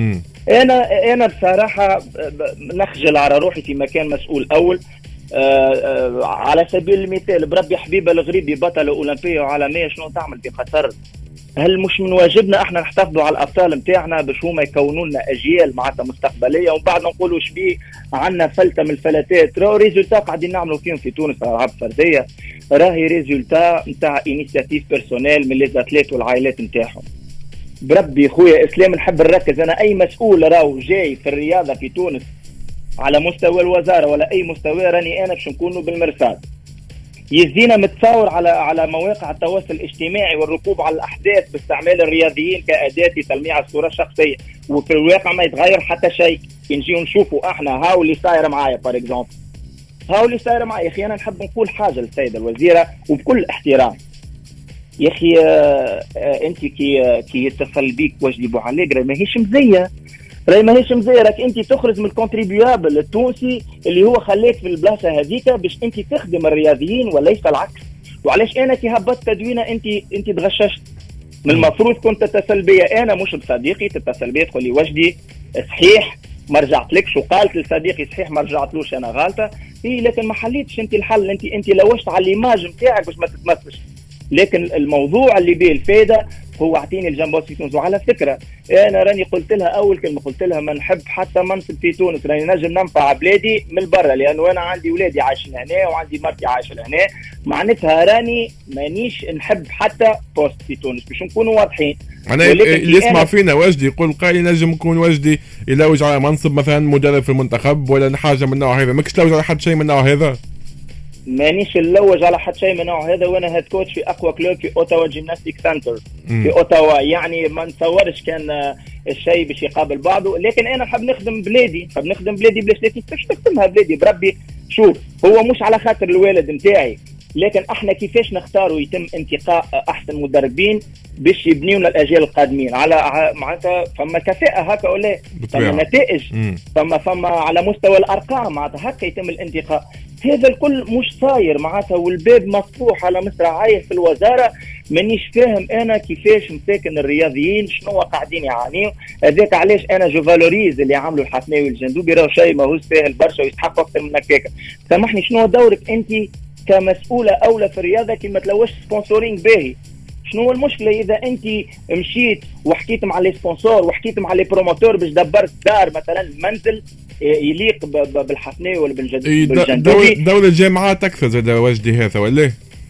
Speaker 6: انا بصراحه نخجل على روحي في مكان مسؤول اول. على سبيل المثال بربي حبيبه الغريبي بطله اولمبيه وعالميه، شنو تعمل في قطر؟ هل مش من واجبنا احنا نحتفظوا على الابطال نتاعنا باش هما يكونوا لنا اجيال معناتها مستقبليه، ومن بعد نقولوا شبيه عندنا فلته من الفلاتات؟ راهو ريزولتا قاعدين نعملوا فيهم في تونس العاب فرديه، راهي ريزولتا نتاع انيشيتيف بيرسونيل من لي زاتليت والعائلات نتاعهم. بربي خويا اسلام نحب نركز، انا اي مسؤول راهو جاي في الرياضه في تونس على مستوى الوزاره ولا اي مستوى، راني انا باش نكونوا بالمرصاد. يزينا متصور على مواقع التواصل الاجتماعي والركوب على الاحداث باستعمال الرياضيين كاداه لتلميع الصوره الشخصيه، وفي الواقع ما يتغير حتى شيء. نجيو نشوفوا احنا هاو اللي صاير معايا بار اكزومبل، هاو اللي صاير معايا. يا اخي انا نحب نقول حاجه للسيده الوزيره وبكل احترام، يا اخي انت كي يتصل بيك وجدي بوعليق راهي ماهيش مزيه، راك انت تخرج من الكونتريبيوابل التونسي اللي هو خليك في البلاصه هذيك باش انت تخدم الرياضيين وليس العكس. وعلاش انا كي هبطت تدوينه انت تغششت؟ من المفروض كنت تتصل بيا انا مش بصديقي، تتصل بيا تقول لي وجدي صحيح ما رجعتلكش، وقالت لصديقي صحيح ما رجعتلوش انا غالطه، لكن ما حليتش انت الحل. انت لوشت على الايماج نتاعك باش ما تتمسش. لكن الموضوع اللي بيه الفايده هو اعطيني الجمباز في تونس. وعلى فكره انا راني قلت لها اول كلمه، قلت لها ما نحب حتى منصب في تونس، راني نجم ننفع بلادي من برا، لانه انا عندي ولادي عايشين هنا وعندي مرتي عايشه هنا. معناتها راني مانيش نحب حتى بوست في تونس باش نكونوا واضحين.
Speaker 1: انا اللي يسمع فينا وجدي يقول قايل نجم يكون وجدي يلوج على منصب مثلا مدرب في المنتخب ولا حاجه من النوع هذا، ماكش تلوج على حد شيء من النوع هذا.
Speaker 6: مانيش نلوج على حد شيء من النوع هذا، وانا هيد كوتش في اقوى كلوب في اوتاوا جيمناستيك سنتر في اوتاوا. يعني ما نتصورش كان الشيء باش يقابل بعضه، لكن انا نحب نخدم بلادي، بلاش تخدمها بلادي بربي. شوف هو مش على خاطر الوالد نتاعي لكن احنا كيفاش نختاروا يتم انتقاء احسن مدربين باش يبنيوا لنا الاجيال القادمين على معناتها فما كفاءه هكا ولا فما نتائج فما على مستوى الارقام معناتها هكا يتم الانتقاء. هذا الكل مش صاير معناتها والباب مفتوح على مصراعيه في الوزاره. مانيش فاهم انا كيفاش مساكن الرياضيين شنو قاعدين يعانيوا. هذاك علاش انا جو فالوريز اللي عملوا الحفناوي والجندوبي راهو شيء ماهوش ساهل برشا ويستحق اكثر من هكاك. سامحني شنو دورك انت كمسؤوله اولى في الرياضه كي ما تلوش سبونسورينغ باهي؟ شنو هو المشكله اذا انت مشيت وحكيت مع لي سبونسور وحكيت مع لي بروموتور باش دبرت دار مثلا منزل يليق بالحفناوي ولا بالجندوبي؟
Speaker 1: دور الجامعات اكثر زاد وجدي هذا ولا؟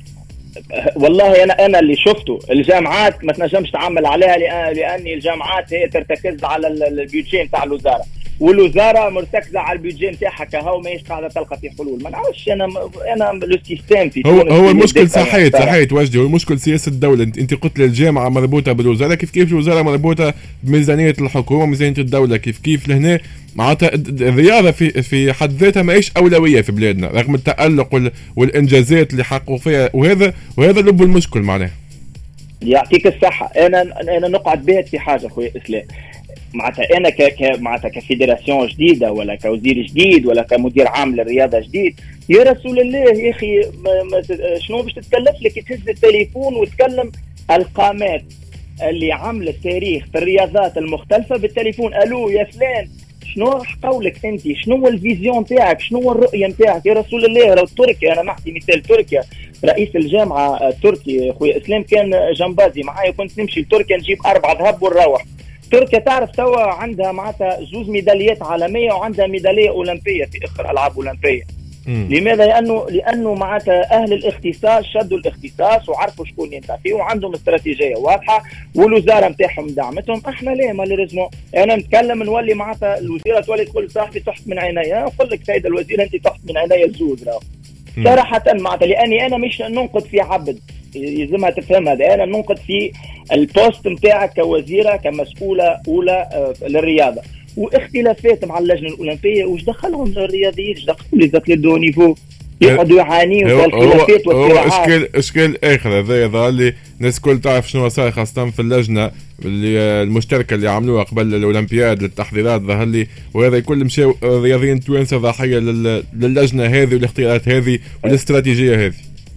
Speaker 6: والله انا اللي شفته الجامعات ما تنجمش تعمل عليها لان الجامعات هي ترتكز على البيدجي نتاع الوزاره، والوزاره مرتكزه على البيدجي نتاعها كهو ماهيش قاعده تلقى في حلول. ما نعرفش انا لو سيستيم في
Speaker 1: هو المشكل صحيت وجدي. هو المشكل سياسه الدوله. انت قلت لي الجامعه مربوطه بالوزاره، كيف الوزاره مربوطه بميزانيه الحكومه ميزانيه الدوله، كيف لهنا معناتها الرياضه في حد ذاتها ماهيش اولويه في بلادنا رغم التالق والانجازات اللي حققوا فيها، وهذا لب المشكل معناه.
Speaker 6: يعطيك الصحه. انا نقعد بها في حاجه خويا اسلام، معناتها انا معناتها كفيدراسيون جديده ولا كوزير جديد ولا كمدير عام للرياضه جديد، يا رسول الله يا اخي شنو باش تتكلف لك تهز التليفون وتكلم القامات اللي عملت تاريخ في الرياضات المختلفه بالتليفون. الو يا فلان شنو قولك انت؟ شنو الفيزيون تاعك؟ شنو الرؤيه نتاعك؟ يا رسول الله راهو تركيا، انا نحكي مثال تركيا، رئيس الجامعه التركي خويا اسلام كان جنبازي معايا، كنت نمشي لتركيا نجيب 4 ذهب ونروح. تركيا تعرف توا عندها معناتها 2 ميداليات عالميه وعندها ميداليه اولمبيه في اخر العاب اولمبيه. لماذا؟ لانه معناتها اهل الاختصاص شدوا الاختصاص وعرفوا شكون ينتفي وعندهم استراتيجيه واضحه والوزاره نتاعهم دعمتهم. احنا ليه مالوريزمون انا نتكلم نولي معناتها الوزيره تولي تقول صاحبي تحت من عيني. نقول لك سيد الوزير انت تحت من عيني الزوز راهو صراحه معناتها، لاني انا مش ننقد في عبد، يلزمها تفهم هذا. انا ننقد في البوست نتاعك كوزيره كمسؤوله اولى للرياضه، واختلافات مع اللجنه الاولمبيه وش دخلهم الرياضيين؟ ايش دخلوا لي ذات لي دو نيفو يقعدوا يعانيوا الخلافات والصراعات.
Speaker 1: هو اشكال اخر هذا يظهر لي الناس الكل تعرف شنو صار خاصه في اللجنه المشتركه اللي عملوها قبل الاولمبياد للتحضيرات ظهر لي، وهذا الكل مشاو رياضيين توانسه ضحيه للجنه هذه والاختيارات هذه والاستراتيجيه هذه.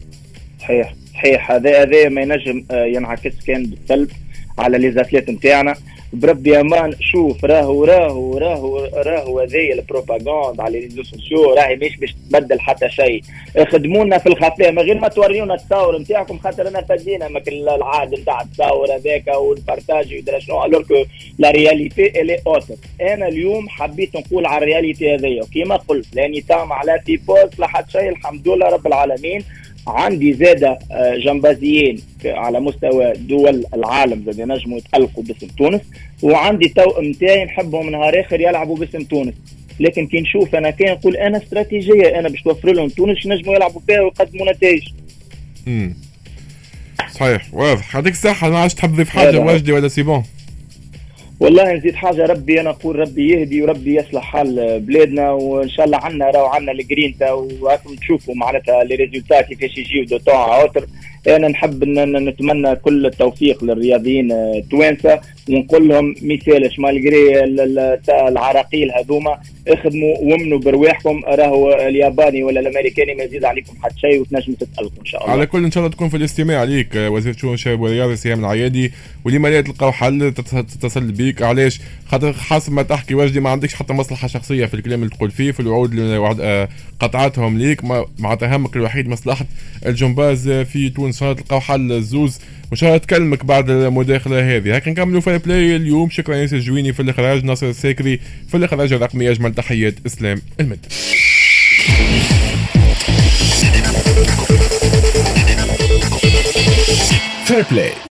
Speaker 6: صحيح هذا ما ينجم ينعكس كان بالسلب على لي زاتليت نتاعنا. بربي امان شوف راهو هذايا البروباغندا على لي سوسيو راهي مش باش تبدل حتى شيء. خدمونا في الخفاء من غير ما توريونا التصاور نتاعكم، خاطر انا فدينا ماك العاد نتاع التصاور هذاك والبارتاج ودرا شنو الوغ كو لا رياليتي الي اوتر. انا اليوم حبيت نقول على الرياليتي هذيا وكيما قلت لاني تام على في بوست لحد شيء الحمد لله رب العالمين. عندي زادة جمبازيين على مستوى دول العالم زاد ينجموا يتألقوا باسم تونس، وعندي توأم نتاعي نحبهم نهار آخر يلعبوا باسم تونس. لكن كي نشوف أنا كان نقول أنا استراتيجية أنا باش توفر لهم تونس ينجموا يلعبوا فيها ويقدموا نتائج.
Speaker 1: صحيح واضح. يعطيك الصحة. ما عادش تحب تضيف حاجة واجدي ولا سيبون؟
Speaker 6: والله نزيد حاجه ربي انا نقول ربي يهدي وربي يصلح حال بلادنا، وان شاء الله عندنا الجرينتا وراكم تشوفوا معناتها لي ريزولتا كيفاش يجيو دو طون اوتر. انا نحب نتمنى كل التوفيق للرياضيين التوانسه ونقول لهم ميسالش مالغري العراقيل هذوما اخدموا ومنوا برواحكم، راهو الياباني ولا الامريكاني ما يزيد عليكم حتى شيء وتنجموا تتألقوا ان شاء الله.
Speaker 1: على كل ان شاء الله تكون في الاستماع عليك وزير شؤون الشباب والرياضه سهام العيادي، ولما لا تلقاو حل تتصل بيك. علاش؟ خاطر حسب ما تحكي وجدي ما عندكش حتى مصلحه شخصيه في الكلام اللي تقول فيه، في الوعود اللي قطعتهم ليك. معناتها همك الوحيد مصلحه الجمباز في تونس. ان شاء الله تلقاو حل الزوز وان شاء الله تكلمك بعد المداخله هذه. هكا نكملوا في بلاي اليوم. شكرا ياسر الجويني في الاخراج، ناصر الساكري في الاخراج الرقمي. اجمل تحيات اسلام المد.
Speaker 2: فير بلاي.